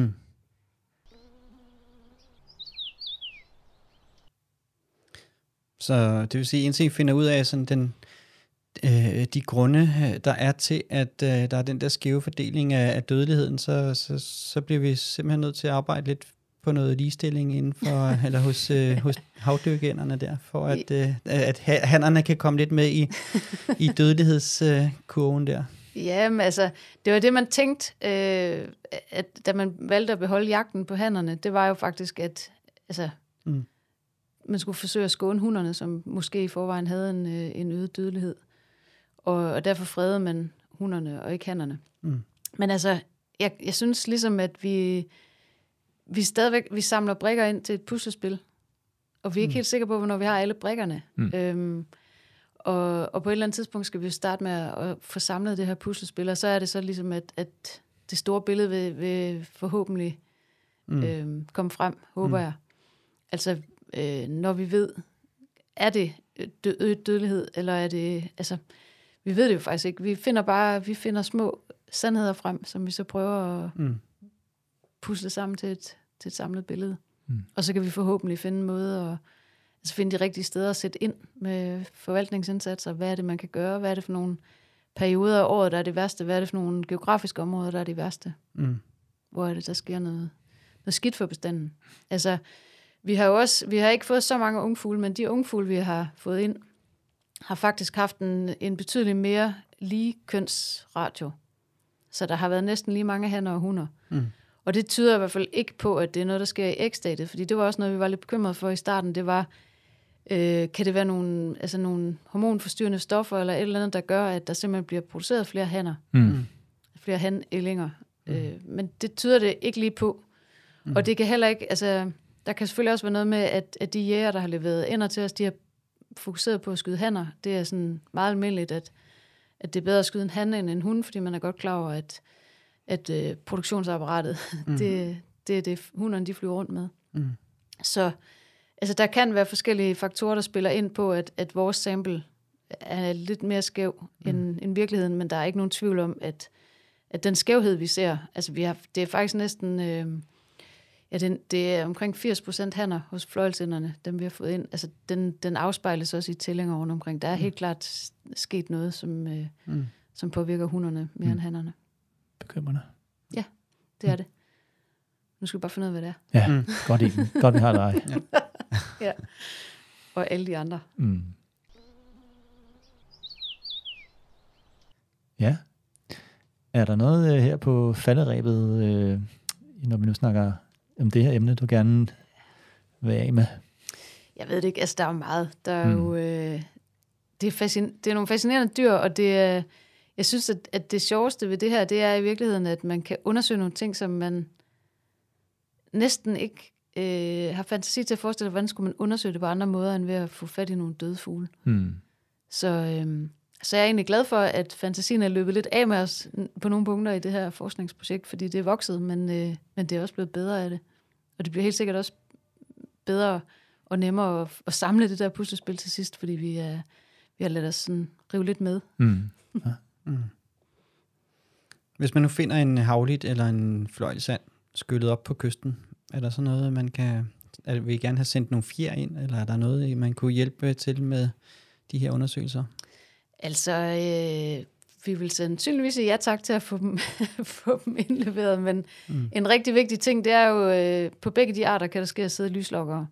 Speaker 3: Så det vil sige, indtil I finder ud af sådan de grunde, der er til, at der er den der skæve fordeling af dødeligheden, så bliver vi simpelthen nødt til at arbejde lidt på noget ligestilling inden for, eller hos havdyrkænderne der, for at hannerne kan komme lidt med i dødelighedskurven der.
Speaker 1: Jamen altså, det var det, man tænkte, at da man valgte at beholde jagten på hannerne, det var jo faktisk, at altså, man skulle forsøge at skåne hunderne, som måske i forvejen havde en øget dødelighed. Og derfor fredede man hunderne og ikke hannerne. Men altså, jeg synes ligesom, at vi samler brikker ind til et puslespil, og vi er ikke helt sikre på, hvornår vi har alle brikkerne. Og på et eller andet tidspunkt skal vi starte med at få samlet det her puslespil, og så er det så ligesom, at det store billede vil forhåbentlig komme frem, håber jeg. Altså, når vi ved, er det øget dødelighed, eller er det, altså, vi ved det jo faktisk ikke. Vi finder små sandheder frem, som vi så prøver at pusle sammen til et samlet billede. Og så kan vi forhåbentlig finde en måde at finde de rigtige steder at sætte ind med forvaltningsindsatser. Hvad er det, man kan gøre? Hvad er det for nogle perioder af året, der er det værste? Hvad er det for nogle geografiske områder, der er det værste? Hvor er det, der sker noget skidt for bestanden? Altså, vi har ikke fået så mange ungfugle, men de ungfugle, vi har fået ind, har faktisk haft en betydelig mere lige kønsratio. Så der har været næsten lige mange hanner og hunder. Og det tyder i hvert fald ikke på, at det er noget, der sker i ægstadiet, fordi det var også noget, vi var lidt bekymrede for i starten. Det var, kan det være nogle hormonforstyrrende stoffer, eller et eller andet, der gør, at der simpelthen bliver produceret flere hanner, flere hanællinger. Men det tyder det ikke lige på. Og det kan heller ikke, altså, der kan selvfølgelig også være noget med, at de jæger, der har leveret ender til os, de har fokuseret på at skyde hanner. Det er sådan meget almindeligt, at det er bedre at skyde en han end en hund, fordi man er godt klar over, at produktionsapparatet, det er det, hunderne de flyver rundt med. Så altså, der kan være forskellige faktorer, der spiller ind på, at vores sample er lidt mere skæv end virkeligheden, men der er ikke nogen tvivl om, at den skævhed, vi ser, altså det er faktisk næsten, det er omkring 80% hanner hos fløjlsænderne, dem vi har fået ind. Altså, den afspejles også i tællinger rundt omkring. Der er helt klart sket noget, som påvirker hunderne mere end hannerne.
Speaker 2: Bekymrende.
Speaker 1: Ja, det er det. Nu skal vi bare finde ud af, hvad det
Speaker 2: er. Ja, godt vi har dig.
Speaker 1: Ja. Og alle de andre.
Speaker 2: Ja. Er der noget her på falderebet, når vi nu snakker om det her emne, du gerne vil af med?
Speaker 1: Jeg ved det ikke. Altså, der er jo meget. Der er jo... det er nogle fascinerende dyr, og det er... Jeg synes, at det sjoveste ved det her, det er i virkeligheden, at man kan undersøge nogle ting, som man næsten ikke har fantasi til at forestille sig, hvordan skulle man undersøge det på andre måder, end ved at få fat i nogle døde fugle. Så jeg er egentlig glad for, at fantasien er løbet lidt af med os på nogle punkter i det her forskningsprojekt, fordi det er vokset, men det er også blevet bedre af det. Og det bliver helt sikkert også bedre og nemmere at samle det der puslespil til sidst, fordi vi har ladet os sådan rive lidt med.
Speaker 2: Ja.
Speaker 3: Hvis man nu finder en havlit eller en fløjlsand skyllet op på kysten, er der så noget, man kan... Vil I gerne have sendt nogle fjer ind, eller er der noget, man kunne hjælpe til med de her undersøgelser?
Speaker 1: Altså, vi vil sandsynligvis sige ja tak til at få dem indleveret, men en rigtig vigtig ting, det er jo, på begge de arter kan der ske at sidde lyslokkere.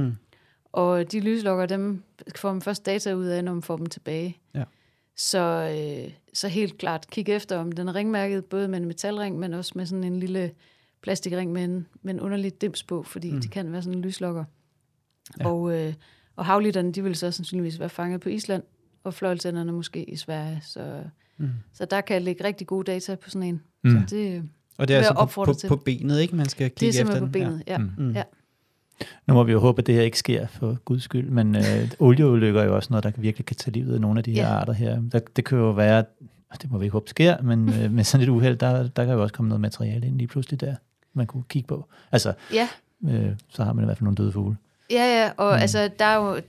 Speaker 1: Og de lyslokkere, dem får man først data ud af, når man får dem tilbage.
Speaker 3: Ja.
Speaker 1: Så helt klart kig efter, om den er ringmærket, både med en metalring, men også med sådan en lille plastikring med en underlig dims på, fordi det kan være sådan en lyslokker. Ja. Og havlitterne, de vil så sandsynligvis være fanget på Island, og fløjlsænderne måske i Sverige. Så der kan ligge rigtig gode data på sådan en. Så det,
Speaker 3: og det er altså på benet, ikke? Man skal kigge efter den.
Speaker 1: Det er simpelthen på benet, ja.
Speaker 2: Nu må vi jo håbe, at det her ikke sker for guds skyld, men olieulykker er jo også noget, der virkelig kan tage livet af nogle af de her arter her. Det kan jo være, det må vi ikke håbe sker, men med sådan et uheld, der kan jo også komme noget materiale ind lige pludselig der, man kunne kigge på. Altså, så har man i hvert fald nogle døde fugle.
Speaker 1: Ja, og altså, der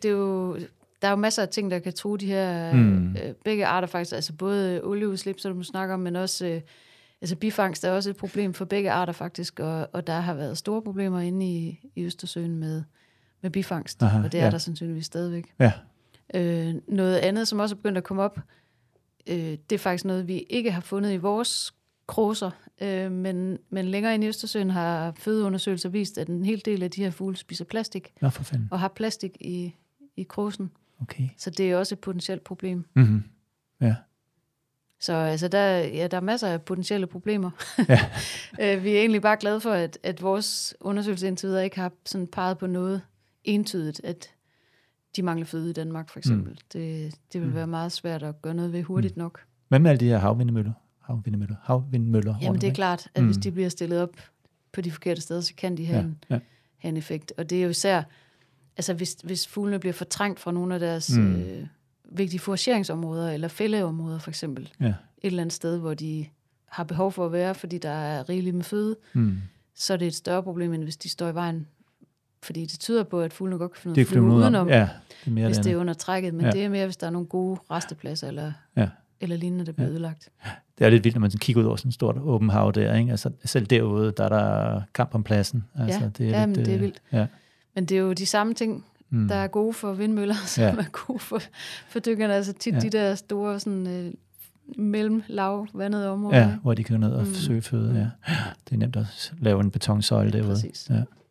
Speaker 1: er jo masser af ting, der kan true de her begge arter faktisk. Altså både olieudslip, som du snakker om, men også altså bifangst er også et problem for begge arter faktisk, og der har været store problemer inde i Østersøen med bifangst, og det er der sandsynligvis stadigvæk.
Speaker 2: Ja.
Speaker 1: Noget andet, som også er begyndt at komme op, det er faktisk noget, vi ikke har fundet i vores kråser, men længere inde i Østersøen har fødeundersøgelser vist, at en hel del af de her fugle spiser plastik, og har plastik i kråsen.
Speaker 2: Okay.
Speaker 1: Så det er også et potentielt problem.
Speaker 2: Mm-hmm. Ja.
Speaker 1: Så altså, der er masser af potentielle problemer. Vi er egentlig bare glade for, at vores undersøgelse indtil videre ikke har sådan peget på noget entydigt, at de mangler føde i Danmark, for eksempel. Det vil være meget svært at gøre noget ved hurtigt nok.
Speaker 2: Hvad med alle de her havvindmøller?
Speaker 1: Jamen, det er klart, at hvis de bliver stillet op på de forkerte steder, så kan de have en effekt. Og det er jo især, altså hvis fuglene bliver fortrængt fra nogle af deres vigtige forageringsområder, eller fældeområder for eksempel, et eller andet sted, hvor de har behov for at være, fordi der er rigeligt med føde, så er det et større problem, end hvis de står i vejen. Fordi det tyder på, at fuglene godt kan finde ud af at flyve udenom, hvis det er under trækket, men det er mere, hvis der er nogle gode restepladser, eller lignende, der bliver ødelagt.
Speaker 2: Det er lidt vildt, når man kigger ud over sådan et stort åben hav der, ikke? Altså, selv derude, der er der kamp om pladsen. Altså, det er lidt,
Speaker 1: det er vildt. Men det er jo de samme ting, der er gode for vindmøller, som er gode for dykkerne. Altså tit de der store sådan, mellemlav vandede områder.
Speaker 2: Ja, hvor de kan ned og søge føde. Ja. Det er nemt at lave en betonsøjle derude.
Speaker 1: Præcis.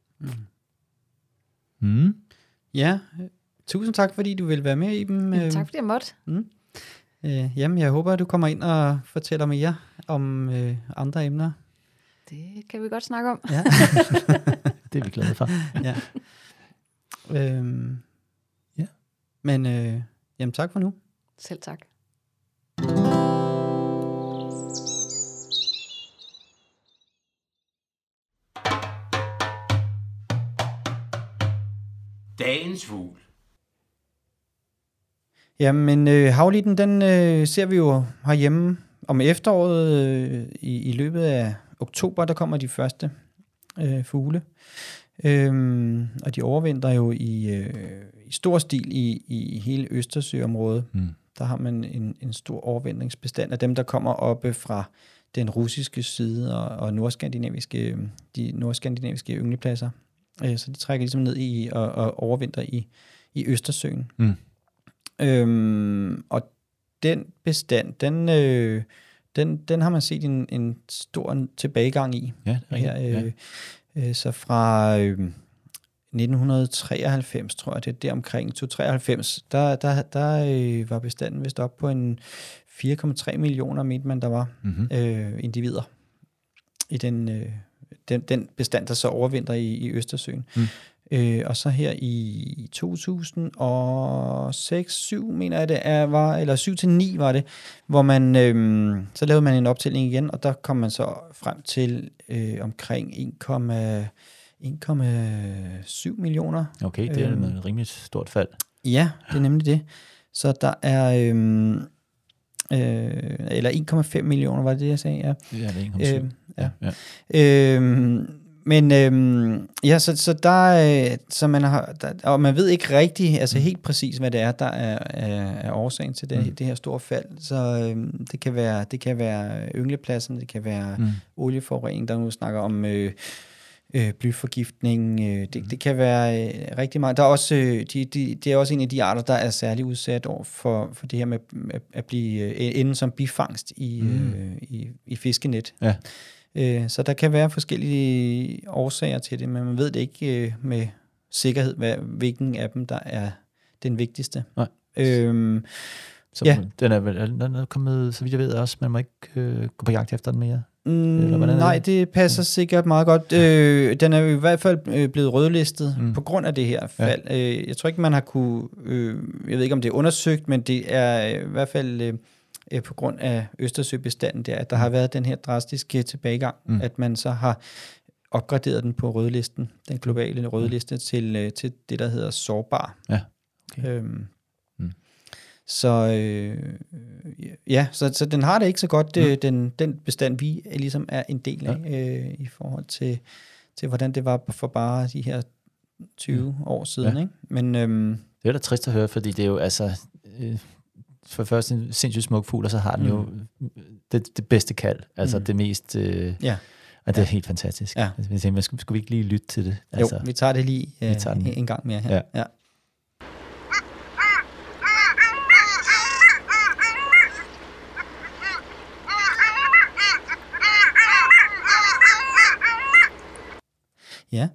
Speaker 3: Ja, tusind tak, fordi du vil være med i dem.
Speaker 1: Tak, fordi jeg måtte.
Speaker 3: Jamen, jeg håber, at du kommer ind og fortæller mere om andre emner.
Speaker 1: Det kan vi godt snakke om.
Speaker 3: Ja.
Speaker 2: Det er vi glade for.
Speaker 3: Ja. Men jamen, tak for nu.
Speaker 1: Selv tak.
Speaker 4: Dagens fugl.
Speaker 3: Jamen, havlitten, den ser vi jo herhjemme om efteråret. I løbet af oktober, der kommer de første fugle. Og de overvintrer jo i stor stil i hele Østersøområdet. Der har man en stor overvintringsbestand af dem, der kommer oppe fra den russiske side og de nordskandinaviske ynglepladser. Så de trækker ligesom ned i og overvintrer i Østersøen. Og den bestand, den har man set en stor tilbagegang i.
Speaker 2: Ja, det er
Speaker 3: her, så fra 1993, tror jeg, det er der omkring 1993, der var bestanden vist op på en 4,3 millioner, mente man, der var individer i den bestand, der så overvintrer i Østersøen. Og så her i 2006-7, mener jeg det var, eller 7-9 var det, hvor man, så lavede man en optælling igen, og der kom man så frem til omkring 1,7 millioner.
Speaker 2: Okay, det er et rimelig stort fald. Ja,
Speaker 3: det er nemlig det. Så der er, eller 1,5 millioner, var det jeg sagde? Ja,
Speaker 2: det er 1,7.
Speaker 3: Men ja, så der, så man har, og man ved ikke rigtigt, altså helt præcis, hvad det er, der er årsagen til det her store fald. Så det kan være ynglepladsen, det kan være olieforurening, der nu snakker om blyforgiftning. Det kan være rigtig meget. Der er også, det er også en af de arter, der er særlig udsat over for det her med at blive ende som bifangst i fiskenet. Ja. Så der kan være forskellige årsager til det, men man ved det ikke med sikkerhed, hvilken af dem, der er den vigtigste.
Speaker 2: Nej. Så
Speaker 3: ja.
Speaker 2: Den er kommet, så vidt jeg ved også, man må ikke gå på jagt efter den mere?
Speaker 3: Nej, det passer sikkert meget godt. Den er jo i hvert fald blevet rødlistet på grund af det her fald. Ja. Jeg tror ikke, man har kunne... jeg ved ikke, om det er undersøgt, men det er i hvert fald... på grund af Østersøbestanden der, at der har været den her drastiske tilbagegang, at man så har opgraderet den på rødlisten, den globale rødliste, til det, der hedder sårbar. Ja. Okay. Så den har det ikke så godt, den bestand, vi ligesom er en del af, i forhold til hvordan det var for bare de her 20 år siden. Ikke? Men,
Speaker 2: det er da trist at høre, fordi det er jo altså... for først en sindssygt smuk fugl, og så har den jo det bedste kald, altså det mest... og det er helt fantastisk. Ja. Altså, skulle vi ikke lige lytte til det? Altså,
Speaker 3: jo, vi tager det lige en gang mere her. Ja. Ja.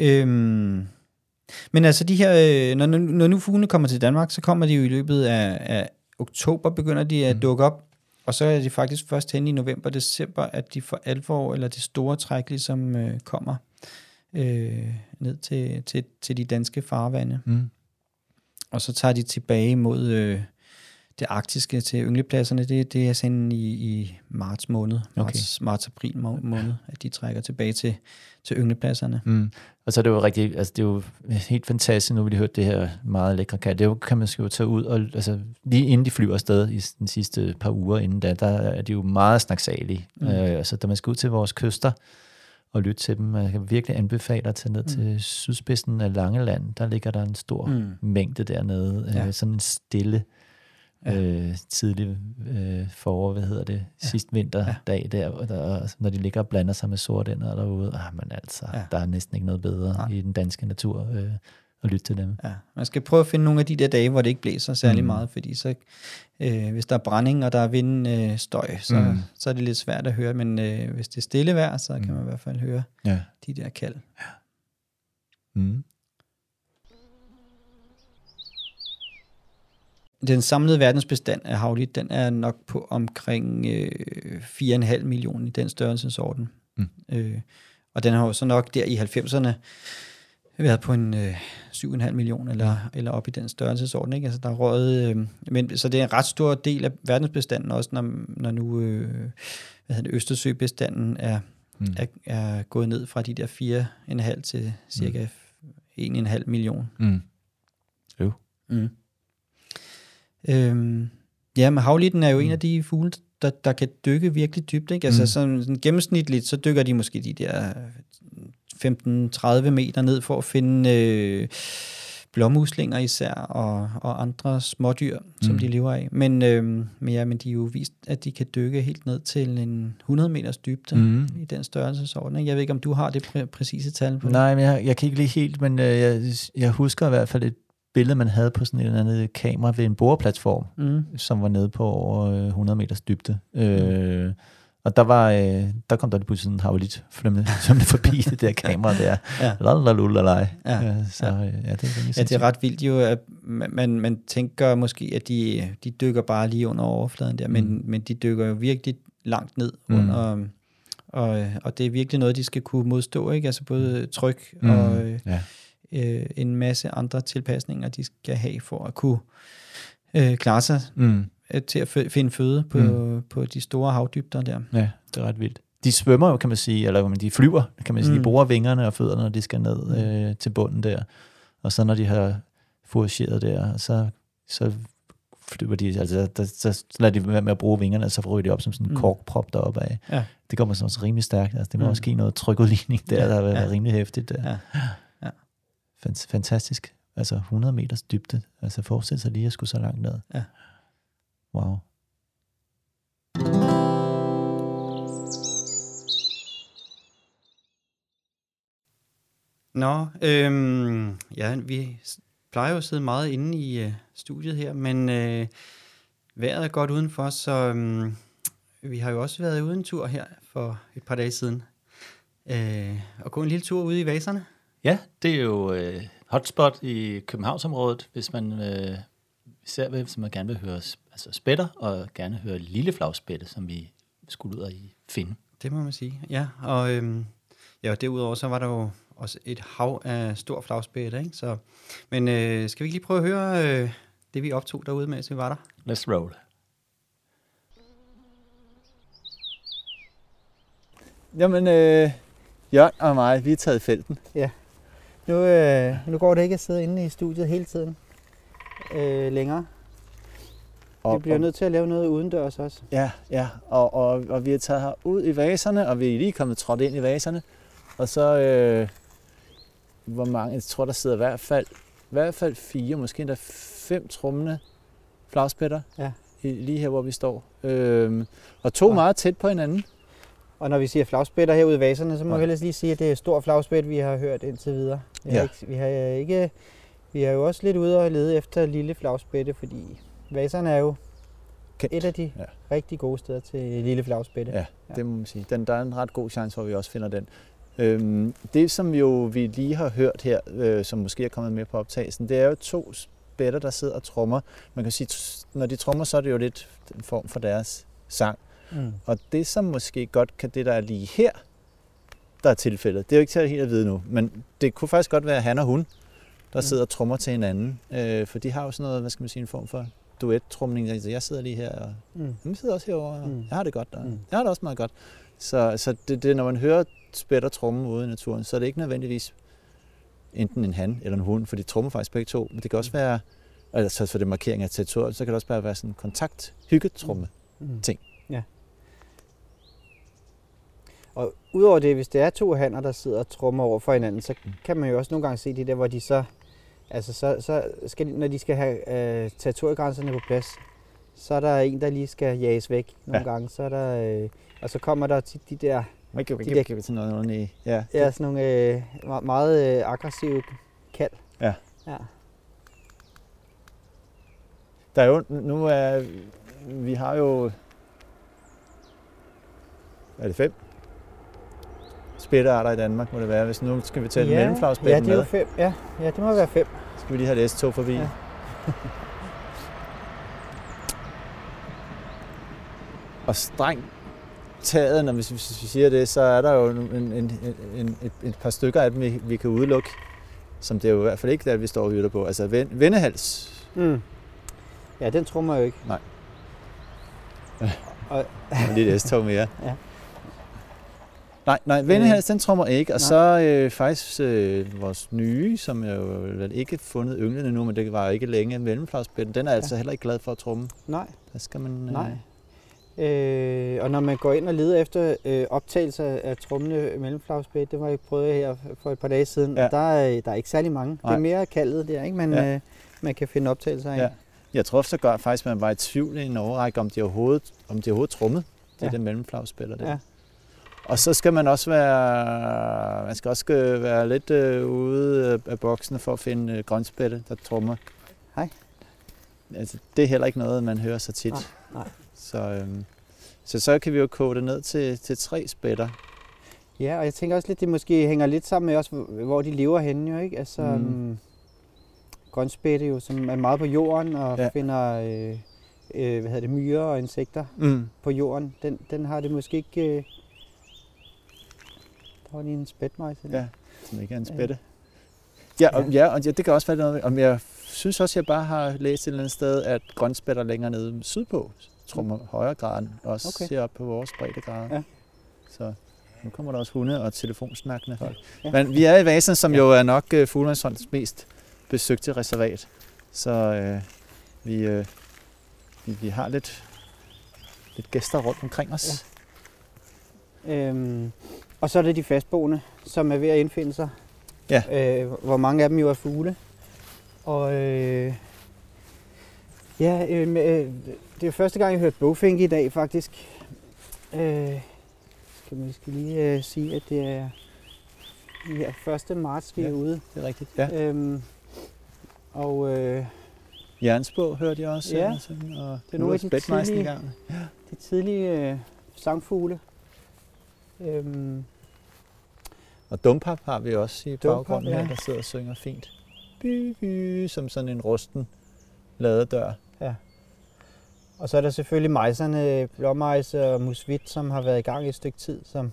Speaker 3: Men altså de her, når nu fuglene kommer til Danmark, så kommer de jo i løbet af oktober, begynder de at dukke op, og så er de faktisk først hen i november-december, at de for alvor, eller det store træk ligesom kommer ned til de danske farvande. Og så tager de tilbage mod det arktiske til ynglepladserne. Det er sådan i marts måned, marts-april måned, at de trækker tilbage til ynglepladserne.
Speaker 2: Og så er det jo rigtig, altså det er jo helt fantastisk, nu vi har hørt det her meget lækre kald. Det er jo, kan man jo tage ud, og altså lige inden de flyver afsted i den sidste par uger inden da, der er de jo meget snaksalige. Så da man skal ud til vores kyster og lytte til dem, jeg kan virkelig anbefale at tage ned til sydspidsen af Langeland. Der ligger der en stor mængde dernede, sådan en stille tidlig forår, sidst vinterdag der, når de ligger og blander sig med sortænder derude. Men altså, der er næsten ikke noget bedre i den danske natur at lytte til dem. Ja.
Speaker 3: Man skal prøve at finde nogle af de der dage, hvor det ikke blæser særlig meget, fordi så, hvis der er brænding, og der er vindstøj, så er det lidt svært at høre, men hvis det er stille vejr, så kan man i hvert fald høre de der kald. Ja. Den samlede verdensbestand af havligt, den er nok på omkring 4,5 millioner i den størrelsesorden. Og den har jo så nok der i 90'erne været på en 7,5 millioner eller op i den størrelsesorden. Ikke? Altså der er røget, men så det er en ret stor del af verdensbestanden også, når nu Østersøbestanden er gået ned fra de der 4,5 til cirka 1,5 million. Men havlitten er jo en af de fugle, der kan dykke virkelig dybt. Ikke? Altså sådan gennemsnitligt, så dykker de måske de der 15-30 meter ned for at finde blåmuslinger især, og andre smådyr, som de lever af. Men de er jo vist, at de kan dykke helt ned til en 100 meters dybde i den størrelsesorden. Ikke? Jeg ved ikke, om du har det præcise tal på det?
Speaker 2: Nej, men jeg kan ikke lige helt, men jeg husker i hvert fald et billede, man havde på sådan et eller andet kamera ved en boreplatform, som var nede på over 100 meters dybde. Og der kom der lige pludselig sådan en havligt flymmende forbi det der kamera der.
Speaker 3: Det er ret vildt jo, at man tænker måske, at de dykker bare lige under overfladen der, men de dykker jo virkelig langt ned under, og det er virkelig noget, de skal kunne modstå, ikke? Altså både tryk og en masse andre tilpasninger, de skal have for at kunne klare sig til at finde føde på de store havdybder der.
Speaker 2: Ja, det er ret vildt. De svømmer jo, kan man sige, eller de flyver, kan man sige. De bruger vingerne og fødderne, når de skal ned til bunden der. Og så når de har forageret der, så flyver de, altså så lader de være med at bruge vingerne, og så ryger de op som sådan en korkprop deroppe af. Ja. Det går så også rimelig stærkt. Altså, det må også give noget trykudligning der har været rimelig hæftigt der. Ja. Fantastisk. Altså 100 meters dybde. Altså forestil sig lige at skulle så langt ned. Ja. Wow.
Speaker 3: Nå, ja, vi plejer jo at sidde meget inde i studiet her, men vejret er godt udenfor, så vi har jo også været ude en tur her for et par dage siden. Og gå en lille tur ude i vaserne.
Speaker 2: Ja, det er jo hotspot i Københavnsområdet, hvis man hvis man gerne vil høre altså spætter, og gerne høre lille flagspætte, som vi skulle ud og finde.
Speaker 3: Det må man sige, ja. Og derudover så var der jo også et hav af stor flagspætte, ikke? Så, men skal vi ikke lige prøve at høre det, vi optog derude, mens vi var der?
Speaker 2: Let's roll.
Speaker 4: Jamen, Jørgen og mig, vi er taget i felten.
Speaker 3: Ja. Nu går det ikke at sidde inde i studiet hele tiden længere. Vi bliver nødt til at lave noget udendørs også.
Speaker 4: Ja, og vi er taget her ud i vaserne, og vi er lige kommet trådt ind i vaserne. Og så, hvor mange, jeg tror der sidder i hvert fald 4, måske endda 5 trummende flagspætter, lige her hvor vi står. Og 2 meget tæt på hinanden.
Speaker 3: Og når vi siger flagspætter herude i vaserne, så må vi ellers lige sige, at det er stor flagspæt, vi har hørt indtil videre. Vi har jo også lidt ude og lede efter lille flagspætte, fordi vaserne er jo et af de rigtig gode steder til lille flagspætte.
Speaker 4: Ja, det må man sige. Der er en ret god chance for, at vi også finder den. Det, som vi lige har hørt her, som måske er kommet med på optagelsen, det er jo 2 spætter, der sidder og trommer. Man kan sige, når de trommer, så er det jo lidt en form for deres sang. Og det, som måske godt kan, det der er lige her, der er tilfældet, det er jo ikke til at helt at vide nu, men det kunne faktisk godt være han og hun, der sidder og trommer til hinanden. For de har jo sådan noget, hvad skal man sige, en form for duet-trumning. Altså, jeg sidder lige her, og de sidder også herovre, og jeg har det godt, og jeg har det også meget godt. Så det, når man hører spætter tromme ude i naturen, så er det ikke nødvendigvis enten en han eller en hun, for de trommer faktisk begge to, men det kan også være, altså for det markering af territoriet, så kan det også bare være sådan en kontakt-hyggetrumme ting.
Speaker 3: Ja. Og udover det, hvis det er 2 hanner, der sidder og trommer over for hinanden, så kan man jo også nogle gange se det der, hvor de så, altså så skal de, når de skal have territoriegrænserne på plads, så er der en, der lige skal jages væk nogle gange, så er der, og så kommer der tit de der
Speaker 4: sådan noget,
Speaker 3: sådan nogle meget aggressive kald.
Speaker 4: Ja. Der er jo, vi har jo, er det 5 spættearter i Danmark, må det være, hvis nu skal vi tælle mellemflagspætten med.
Speaker 3: Ja, det er jo 5. Ja, det må være 5.
Speaker 4: Skal vi lige have det S-tog forbi? Ja. Og strengt taget, når vi siger det, så er der jo et par stykker af dem, vi kan udelukke, som det er jo i hvert fald ikke der, vi står og hytter på. Altså vendehals.
Speaker 3: Ja, den trommer jo ikke.
Speaker 4: Nej. Og lige et S-tog mere. Ja. Nej, vendehals, den trommer ikke. Og så faktisk vores nye, som jeg jo vel ikke fundet ynglende nu, men det var ikke længe, mellemflagspætten, den er altså heller ikke glad for at tromme.
Speaker 3: Nej.
Speaker 4: Der skal man...
Speaker 3: Nej. Og når man går ind og leder efter optagelser af trommende mellemflagspætte, det var jeg prøvet her for et par dage siden, der er ikke særlig mange. Nej. Det er mere kaldet der, ikke? Men man kan finde optagelser af. Ja.
Speaker 4: Jeg tror så godt faktisk, man var i tvivl i en overrække, om de overhovedet trommet. Det er det mellemflagspætter der. Ja. Og så skal man også være lidt ude af boksene for at finde grønspætte, der trommer.
Speaker 3: Hej.
Speaker 4: Altså, det er heller ikke noget, man hører så tit.
Speaker 3: Nej.
Speaker 4: Så kan vi jo koge det ned til 3 spætter.
Speaker 3: Ja, og jeg tænker også lidt, det måske hænger lidt sammen med også, hvor de lever henne jo, ikke? Altså, grønspætte jo, som er meget på jorden og finder myrer og insekter på jorden. Den har det måske ikke... Der var lige en spætmejs.
Speaker 4: Ja, som ikke er en spætte. Og det kan også være noget. Om jeg synes også, jeg bare har læst et eller andet sted, at grønspætter længere nede sydpå trommer højere grad også ser op på vores breddegrader. Ja. Så nu kommer der også hunde og telefonsnakkende folk. Ja. Men vi er i Vasen, som jo er nok Fuglelandsfondens mest besøgte reservat. Så vi vi har lidt gæster rundt omkring os.
Speaker 3: Ja. Og så er det de fastboende, som er ved at indfinde sig.
Speaker 4: Ja.
Speaker 3: Hvor mange af dem jo er fugle. Og det er jo første gang, jeg hørte bogfinke i dag, faktisk. Skal lige sige, at det er her 1. marts, vi er ude.
Speaker 4: Det er rigtigt, ja. Jernsbog hørte jeg også.
Speaker 3: Ja,
Speaker 4: og
Speaker 3: det er nogle af de tidlige sangfugle.
Speaker 4: Og Dumpap har vi også i baggrunden her,
Speaker 3: ja.
Speaker 4: der sidder og synger fint. By, by, som sådan en rusten ladedør.
Speaker 3: Ja. Og så er der selvfølgelig mejserne, blåmejse og musvit, som har været i gang i et stykke tid, som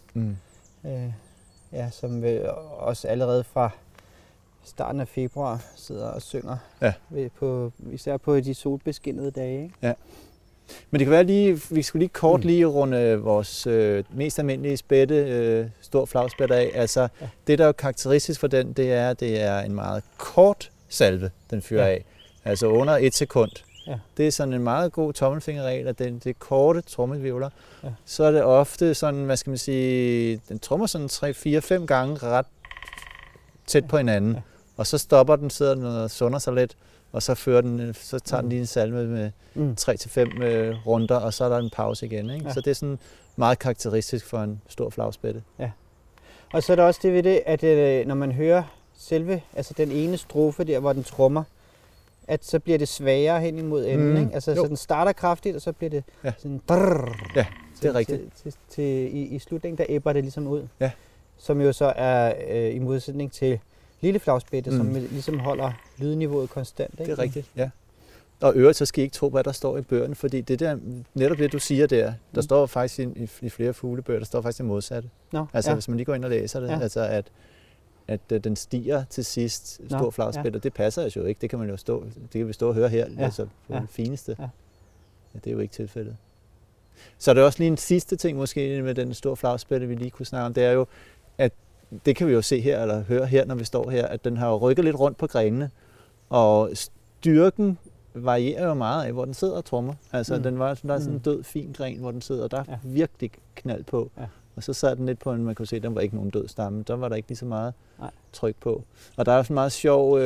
Speaker 3: som også allerede fra starten af februar sidder og synger, især på de solbeskinnede dage. Ikke?
Speaker 4: Ja. Men det kan være vi skulle lige kort runde vores mest almindelige spætte, stor flagspætte af. Altså, det der er jo karakteristisk for den, det er en meget kort salve, den fyrer af. Altså under 1 sekund. Ja. Det er sådan en meget god tommelfingerregel, at det er korte trommelvirvler. Ja. Så er det ofte sådan, hvad skal man sige, den trommer sådan 3-4-5 gange ret tæt på hinanden. Ja. Og så stopper den, sidder den og sunder sig lidt, og så tager den lige en salve med 3-5 runder, og så er der en pause igen. Ikke? Ja. Så det er sådan meget karakteristisk for en stor flagspætte. Ja.
Speaker 3: Og så er der også det ved det, at når man hører selve, altså den ene strofe der, hvor den trommer, at så bliver det svagere hen imod enden. Ikke? Altså, så den starter kraftigt, og så bliver det sådan brrr.
Speaker 4: Ja, det er rigtigt.
Speaker 3: I slutningen, der æbber det ligesom ud.
Speaker 4: Ja.
Speaker 3: Som jo så er i modsætning til lille flagspætte, som ligesom holder lydniveauet konstant. Ikke?
Speaker 4: Det er rigtigt, ja. Og øvrigt, så skal I ikke tro, hvad der står i bøgerne, fordi det der, netop det, du siger der står faktisk i flere fuglebøger, der står faktisk det modsatte. Altså, hvis man lige går ind og læser det, altså at den stiger til sidst, stor flagspætte, og det passer jo ikke. Det kan man jo det kan vi stå og høre her, altså på det fineste. Ja. Ja, det er jo ikke tilfældet. Så er der også lige en sidste ting måske med den store flagspætte, vi lige kunne snakke om, det er jo, at det kan vi jo se her, eller høre her, når vi står her, at den har rykket lidt rundt på grenene, og styrken varierer jo meget af, hvor den sidder og trommer. Altså, der er sådan en død, fin gren, hvor den sidder, og der er virkelig knald på. Ja. Og så sad den lidt på man kunne se, at der var ikke nogen død stamme. Der var der ikke lige så meget tryk på. Og der er også en meget sjov,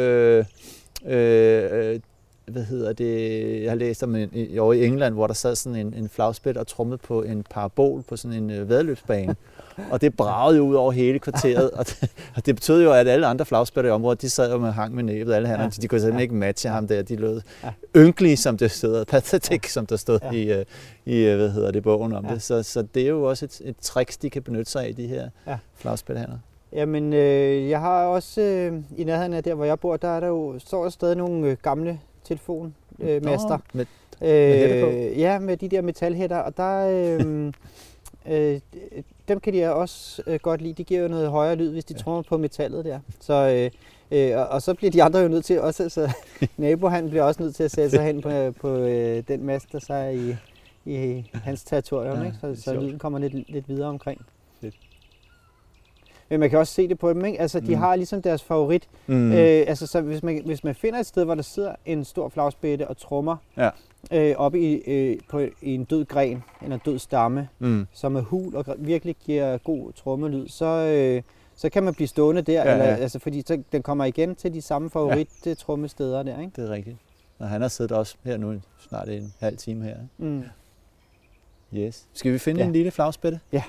Speaker 4: jeg har læst om over i England, hvor der sad sådan en flagspætte og trommede på en parabol på sådan en væddeløbsbane. Og det bragede jo ud over hele kvarteret. Og det betød jo, at alle andre flagspætter i området, de sad jo med hang med næbet, alle handlerne. De kunne simpelthen ikke matche ham der. De lød ynkelige, som det stod, pathetic, som der stod i bogen om det. Så det er jo også et tricks, de kan benytte sig af, de her flagspætterhandler. Jamen,
Speaker 3: jeg har også i nærheden af der, hvor jeg bor, der er der jo står der stadig nogle gamle telefonmaster.
Speaker 4: Med hætter på?
Speaker 3: Ja, med de der metalhætter, og der dem kan de også godt lide. De giver jo noget højere lyd, hvis de trommer på metallet der. Så, og så bliver de andre jo nødt til også, så nabohan bliver også nødt til at sætte sig hen på den mast, der så er i hans territorium, ikke? Så lyden kommer lidt videre omkring. Men man kan også se det på dem, ikke? Altså, de har ligesom deres favorit. Altså, så hvis man finder et sted, hvor der sidder en stor flagspætte og trommer oppe i en død gren, eller en død stamme, som er hul og virkelig giver god trommelyd, så kan man blive stående der, altså, fordi så den kommer igen til de samme favorit-trommesteder der, ikke?
Speaker 4: Det er rigtigt. Og han har siddet også her nu snart en halv time her. Yes. Skal vi finde en lille flagspætte?
Speaker 3: Ja.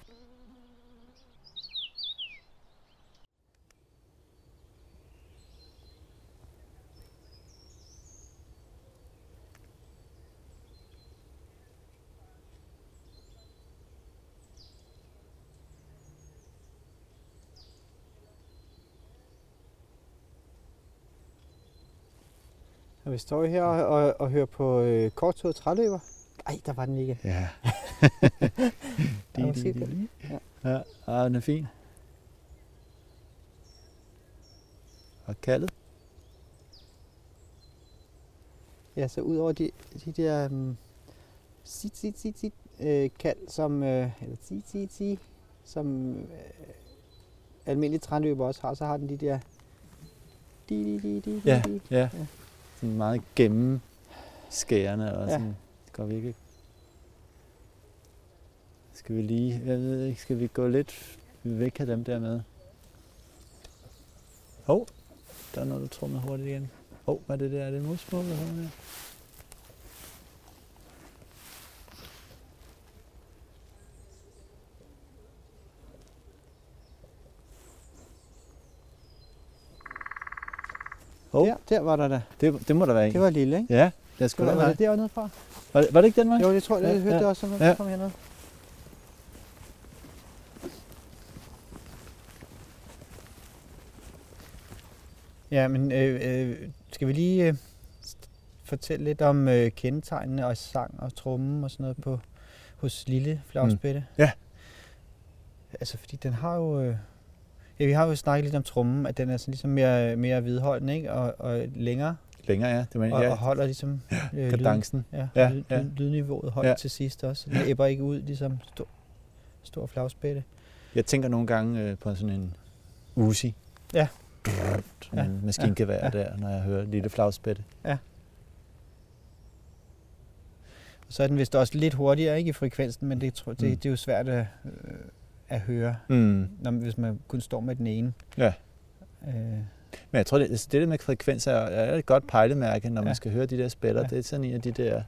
Speaker 3: Og vi står her og hører på korttået træløber. Ej, der var den ikke.
Speaker 4: Ja. Ja, den er fin. Og kaldet?
Speaker 3: Ja, så ud over de der kald, som eller som almindelige træløber også har, så har den de der
Speaker 4: Ja. Sådan meget skærende og sådan. Det går virkelig. Skal vi lige, jeg ved ikke, skal vi gå lidt væk af dem der med? Der er noget, der trummer hurtigt igen. Hvad er det der? Er det musmål eller sådan der?
Speaker 3: Der var der da.
Speaker 4: Det må der være en.
Speaker 3: Det var lille, ikke?
Speaker 4: Ja, det skulle
Speaker 3: var det dernede fra?
Speaker 4: Var det ikke den vej?
Speaker 3: Jo, det tror jeg, jeg hørte det også, som jeg kom hernede. Ja, men skal vi lige fortælle lidt om kendetegnene og sang og trommen og sådan noget hos lille flagspætte?
Speaker 4: Ja.
Speaker 3: Altså, fordi den har jo... vi har jo snakket lidt om trommen, at den er sådan ligesom mere vedholdende, ikke? Og længere.
Speaker 4: Længere, ja. Det
Speaker 3: og holder ligesom...
Speaker 4: kadencen.
Speaker 3: Lydniveauet højt til sidst også. Den æbber ikke ud, ligesom stor flagspætte.
Speaker 4: Jeg tænker nogle gange på sådan en Uzi.
Speaker 3: Ja.
Speaker 4: Sådan en maskingevær der, når jeg hører lille flagspætte.
Speaker 3: Ja. Og så er den vist også lidt hurtigere, ikke, i frekvensen, men det er jo svært at høre, hvis man kun står med den ene. Ja.
Speaker 4: Men jeg tror, det der med frekvens er et godt pejlemærke, når man skal høre de der spætter. Det er sådan en af de der,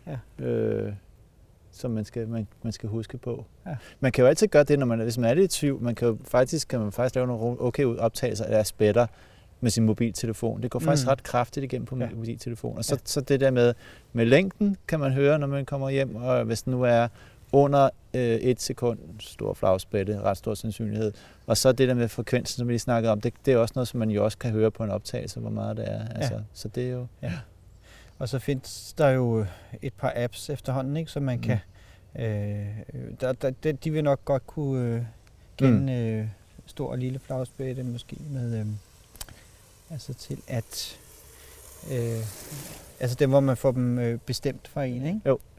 Speaker 4: som man skal huske på. Ja. Man kan jo altid gøre det, hvis man er lidt i tvivl. Man kan faktisk lave nogle okay optagelser af spætter med sin mobiltelefon. Det går faktisk ret kraftigt igennem på mobiltelefon. Og så det der med længden kan man høre, når man kommer hjem, og hvis den nu er under 1 sekund, stor flagspætte, ret stor sandsynlighed. Og så det der med frekvensen, som vi lige snakkede om, det er også noget, som man jo også kan høre på en optagelse, hvor meget det er. Altså, så det er jo... Ja.
Speaker 3: Og så findes der jo et par apps efterhånden, ikke, som man kan... de vil nok godt kunne kende stor og lille flagspætte, måske med... altså til at... altså dem, hvor man får dem bestemt fra en, ikke?
Speaker 4: Jo.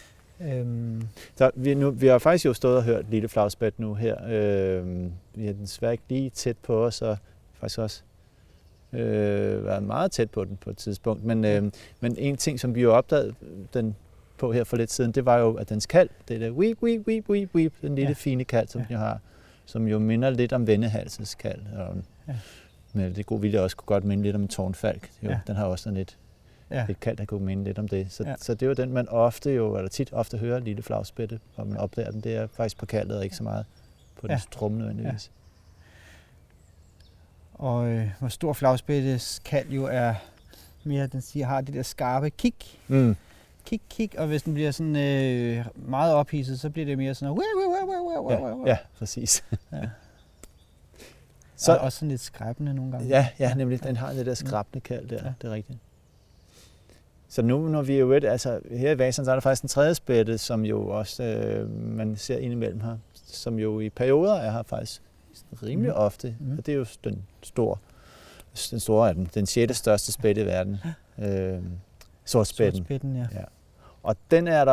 Speaker 4: Så vi har faktisk jo stået og hørt lille flagspætte nu her. Vi har desværre ikke lige tæt på os, og faktisk også været meget tæt på den på et tidspunkt. Men en ting, som vi jo opdagede den på her for lidt siden, det var jo, at dens kald, det der weep, weep, weep, weep, weep, den lille fine kald, som den jo har, som jo minder lidt om vendehalsens kald. Men det gode vilje også kunne godt minde lidt om en tårnfalk. Jo, den har også sådan et kald, der kunne minde lidt om det. Så det er jo den, man tit hører lille flagspætte, og man opdager den. Det er faktisk på kaldet og ikke så meget på den tromme nødvendigvis.
Speaker 3: Og hvor stor flagspættes kald jo er mere, den har det der skarpe kick. Kick, og hvis den bliver sådan meget ophidset, så bliver det mere sådan
Speaker 4: Ja, præcis.
Speaker 3: Så også sådan lidt skræbende nogle gange.
Speaker 4: Ja, nemlig. Den har det der skræbende kald der, det er rigtigt. Så nu, når vi er jo her i Vasan, så er der faktisk en tredje spætte, som jo også man ser indimellem her, som jo i perioder er her faktisk rimelig ofte, og det er jo den store af dem, den 6. største spætte i verden, sortspætten.
Speaker 3: Sortspætten, ja.
Speaker 4: Og den er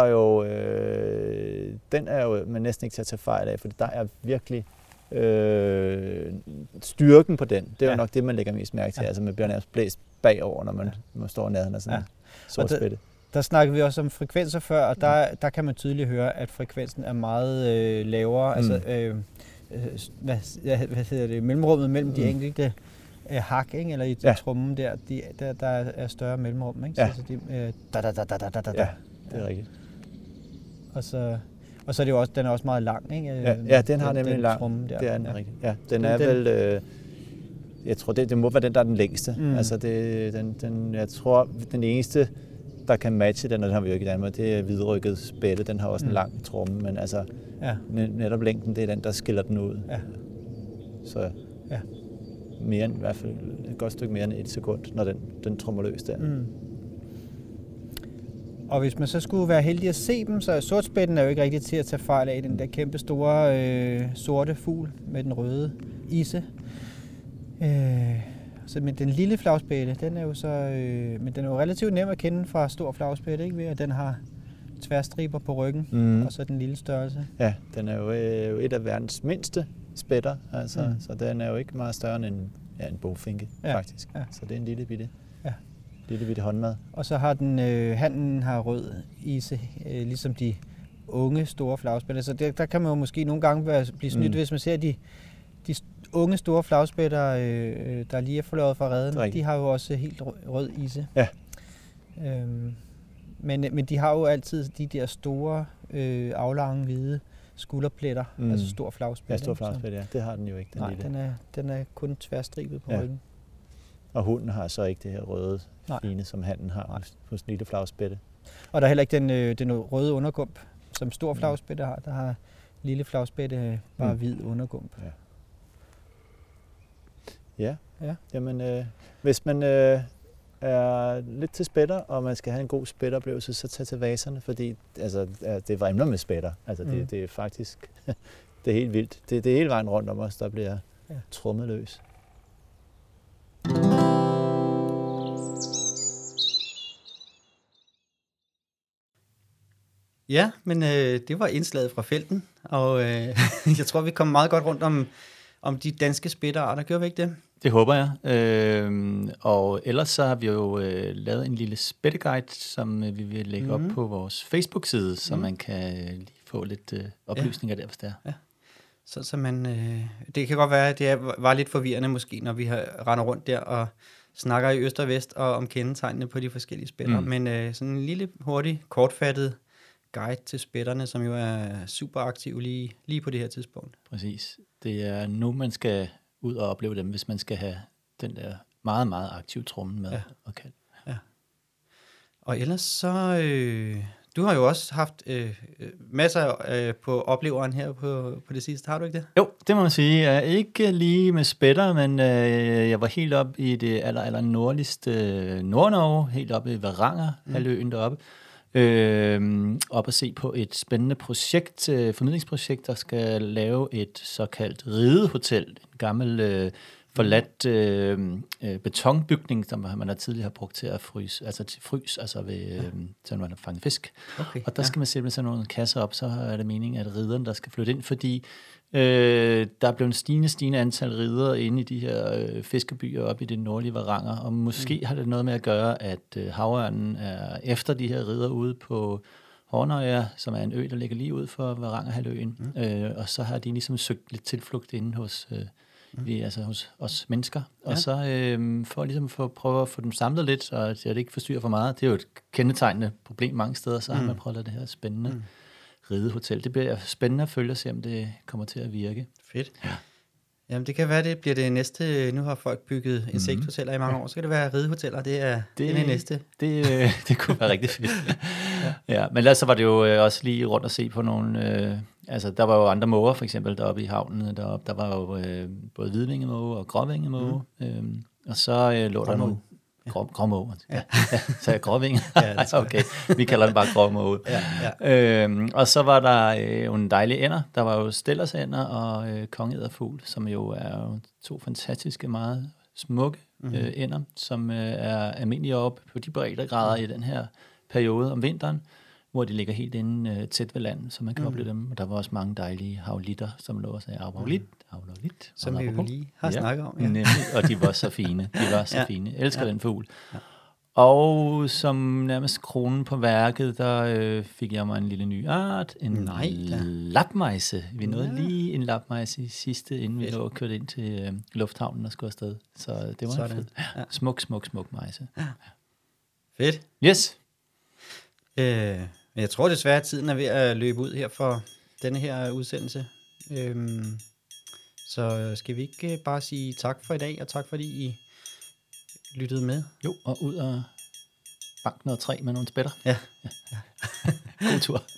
Speaker 4: jo man næsten ikke til at tage fejl af, for der er virkelig styrken på den. Det er jo nok det, man lægger mest mærke til, altså man bliver nærmest blæst bagover, når man står nærheden af sådan en sortspætte. Der
Speaker 3: snakkede vi også om frekvenser før, og der kan man tydeligt høre, at frekvensen er meget lavere. Altså, hvad hedder det? Mellemrummet mellem de enkelte hak, ikke? Eller i trommen der er større mellemrum, ikke?
Speaker 4: Ja.
Speaker 3: Så det
Speaker 4: det er rigtigt.
Speaker 3: Og så er det jo også, den er også meget lang, ikke?
Speaker 4: Ja, den har nemlig en lang.
Speaker 3: Tromme der.
Speaker 4: Det er den rigtigt. Ja, den er vel... jeg tror, det må være den, der er den længste. Altså, jeg tror, den eneste, der kan matche den, og den har vi jo ikke i Danmark, det er hvidrykket spætte. Den har også en lang tromme, men altså, netop længden, det er den, der skiller den ud. Ja. Så mere end, i hvert fald et godt stykke mere end 1 sekund, når den trommer løs der.
Speaker 3: Og hvis man så skulle være heldig at se dem, så sortspætten er jo ikke rigtig til at tage fejl af, den der kæmpe store sorte fugl med den røde isse. Men den lille flagspætte, den er jo så, men den er jo relativt nem at kende fra stor flagspætte, ikke, ved at den har tværstriber på ryggen, og så den lille størrelse.
Speaker 4: Ja, den er jo et af verdens mindste spætter, altså, så den er jo ikke meget større end en bogfinke, faktisk. Ja. Så det er en lille bitte. Ja. Lille bitte håndmad.
Speaker 3: Og så har den, hannen har rød ise, ligesom de unge store flagspætter. Så der kan man jo måske nogle gange blive snydt, hvis man ser de unge store flagspætter, der lige er forløjet fra reden. De har jo også helt rød ise.
Speaker 4: Ja.
Speaker 3: Men de har jo altid de der store, aflange, hvide skulderpletter, altså stor flagspæt.
Speaker 4: Ja, stor flagspæt, ja. Det har den jo ikke, den lille.
Speaker 3: Den er kun tværstribet på ryggen.
Speaker 4: Og hunden har så ikke det her røde fine, som hannen har hos den lille flagspætte.
Speaker 3: Og der er heller ikke den røde undergump, som stor flagspætte har. Der har lille flagspætte bare hvid undergump.
Speaker 4: Ja. Jamen, hvis man er lidt til spætter, og man skal have en god spætteroplevelse, så tag til Vaserne, fordi altså, det vrimler med spætter. Altså, det er faktisk det er helt vildt. Det er hele vejen rundt om os, der bliver trummet løs.
Speaker 3: Ja, men det var indslaget fra felten, og jeg tror, vi kom meget godt rundt om de danske spætterarter. Gør vi ikke det?
Speaker 2: Det håber jeg. Og ellers så har vi jo lavet en lille spætteguide, som vi vil lægge op på vores Facebook-side, så man kan lige få lidt oplysninger der, hvis det er. Ja.
Speaker 3: Så man, det kan godt være, at det var lidt forvirrende måske, når vi render rundt der og snakker i øst og vest og om kendetegnene på de forskellige spætter. Men sådan en lille, hurtig, kortfattet guide til spætterne, som jo er super aktiv lige på det her tidspunkt.
Speaker 2: Præcis. Det er nu, man skal ud og opleve dem, hvis man skal have den der meget, meget aktive trommen med og kald.
Speaker 3: Ja. Og ellers så... du har jo også haft masser på opleveren her på det sidste. Har du ikke det?
Speaker 2: Jo, det må man sige. Jeg er ikke lige med spætter, men jeg var helt op i det aller nordligste Nordnorge, helt oppe i Varanger, halvøen deroppe. Op at se på et spændende projekt, formidlingsprojekt, der skal lave et såkaldt ridehotel, en gammel forladt betonbygning, som man tidligere har brugt til at fryse, altså ved, så man har fanget fisk. Okay, og der skal man simpelthen sådan nogle kasser op, så er det meningen, at ridderen, der skal flytte ind, fordi der er blevet en stigende antal riddere inde i de her fiskebyer op i det nordlige Varanger, og måske har det noget med at gøre, at havørnen er efter de her riddere ude på Hornøya, som er en ø, der ligger lige ud for Varangerhalvøen, og så har de ligesom søgt lidt tilflugt inde hos hos os mennesker, og så for ligesom at prøve at få dem samlet lidt, så det ikke forstyrrer for meget. Det er jo et kendetegnende problem mange steder, så har man prøvet at lade det her spændende ridehotel. Det bliver spændende at følge og se, om det kommer til at virke.
Speaker 3: Fedt. Ja. Jamen det kan være, det bliver det næste. Nu har folk bygget insekthoteller i mange år, så kan det være ridehoteller. Det er det næste.
Speaker 2: Det kunne være rigtig fedt. Ja, men ellers så var det jo også lige rundt at se på nogle... der var jo andre måger, for eksempel deroppe i havnen. Der var jo både hvidvingemåge og gråvingemåge. Og så lå der nogle... Gråmåge. Ja. Så er gråvinge. Okay, vi kalder den bare gråmåge. Og så var der jo en dejlig ender. Der var jo stellersænder og kongeæderfugl, som jo er to fantastiske, meget smukke ender, som er almindelige op på de breddegrader i den her periode om vinteren, hvor de ligger helt inde tæt ved land, så man kan opleve dem. Og der var også mange dejlige havlitter, som lå og sagde havlit.
Speaker 3: Som vi jo lige har snakket om.
Speaker 2: Ja. Nemlig, og de var så fine. Jeg elsker den fugl. Ja. Og som nærmest kronen på værket, der fik jeg mig en lille ny art. En lapmejse. Vi nåede lige en lapmejse i sidste, inden vi lå og kørte ind til lufthavnen og skulle afsted. Så det var fedt. Ja. Smuk mejse. Ja.
Speaker 3: Fedt.
Speaker 2: Yes.
Speaker 3: Jeg tror desværre, at tiden er ved at løbe ud her for denne her udsendelse. Så skal vi ikke bare sige tak for i dag, og tak fordi I lyttede med?
Speaker 2: Jo, og ud og banke noget træ med nogle spætter.
Speaker 3: Ja.
Speaker 2: God tur.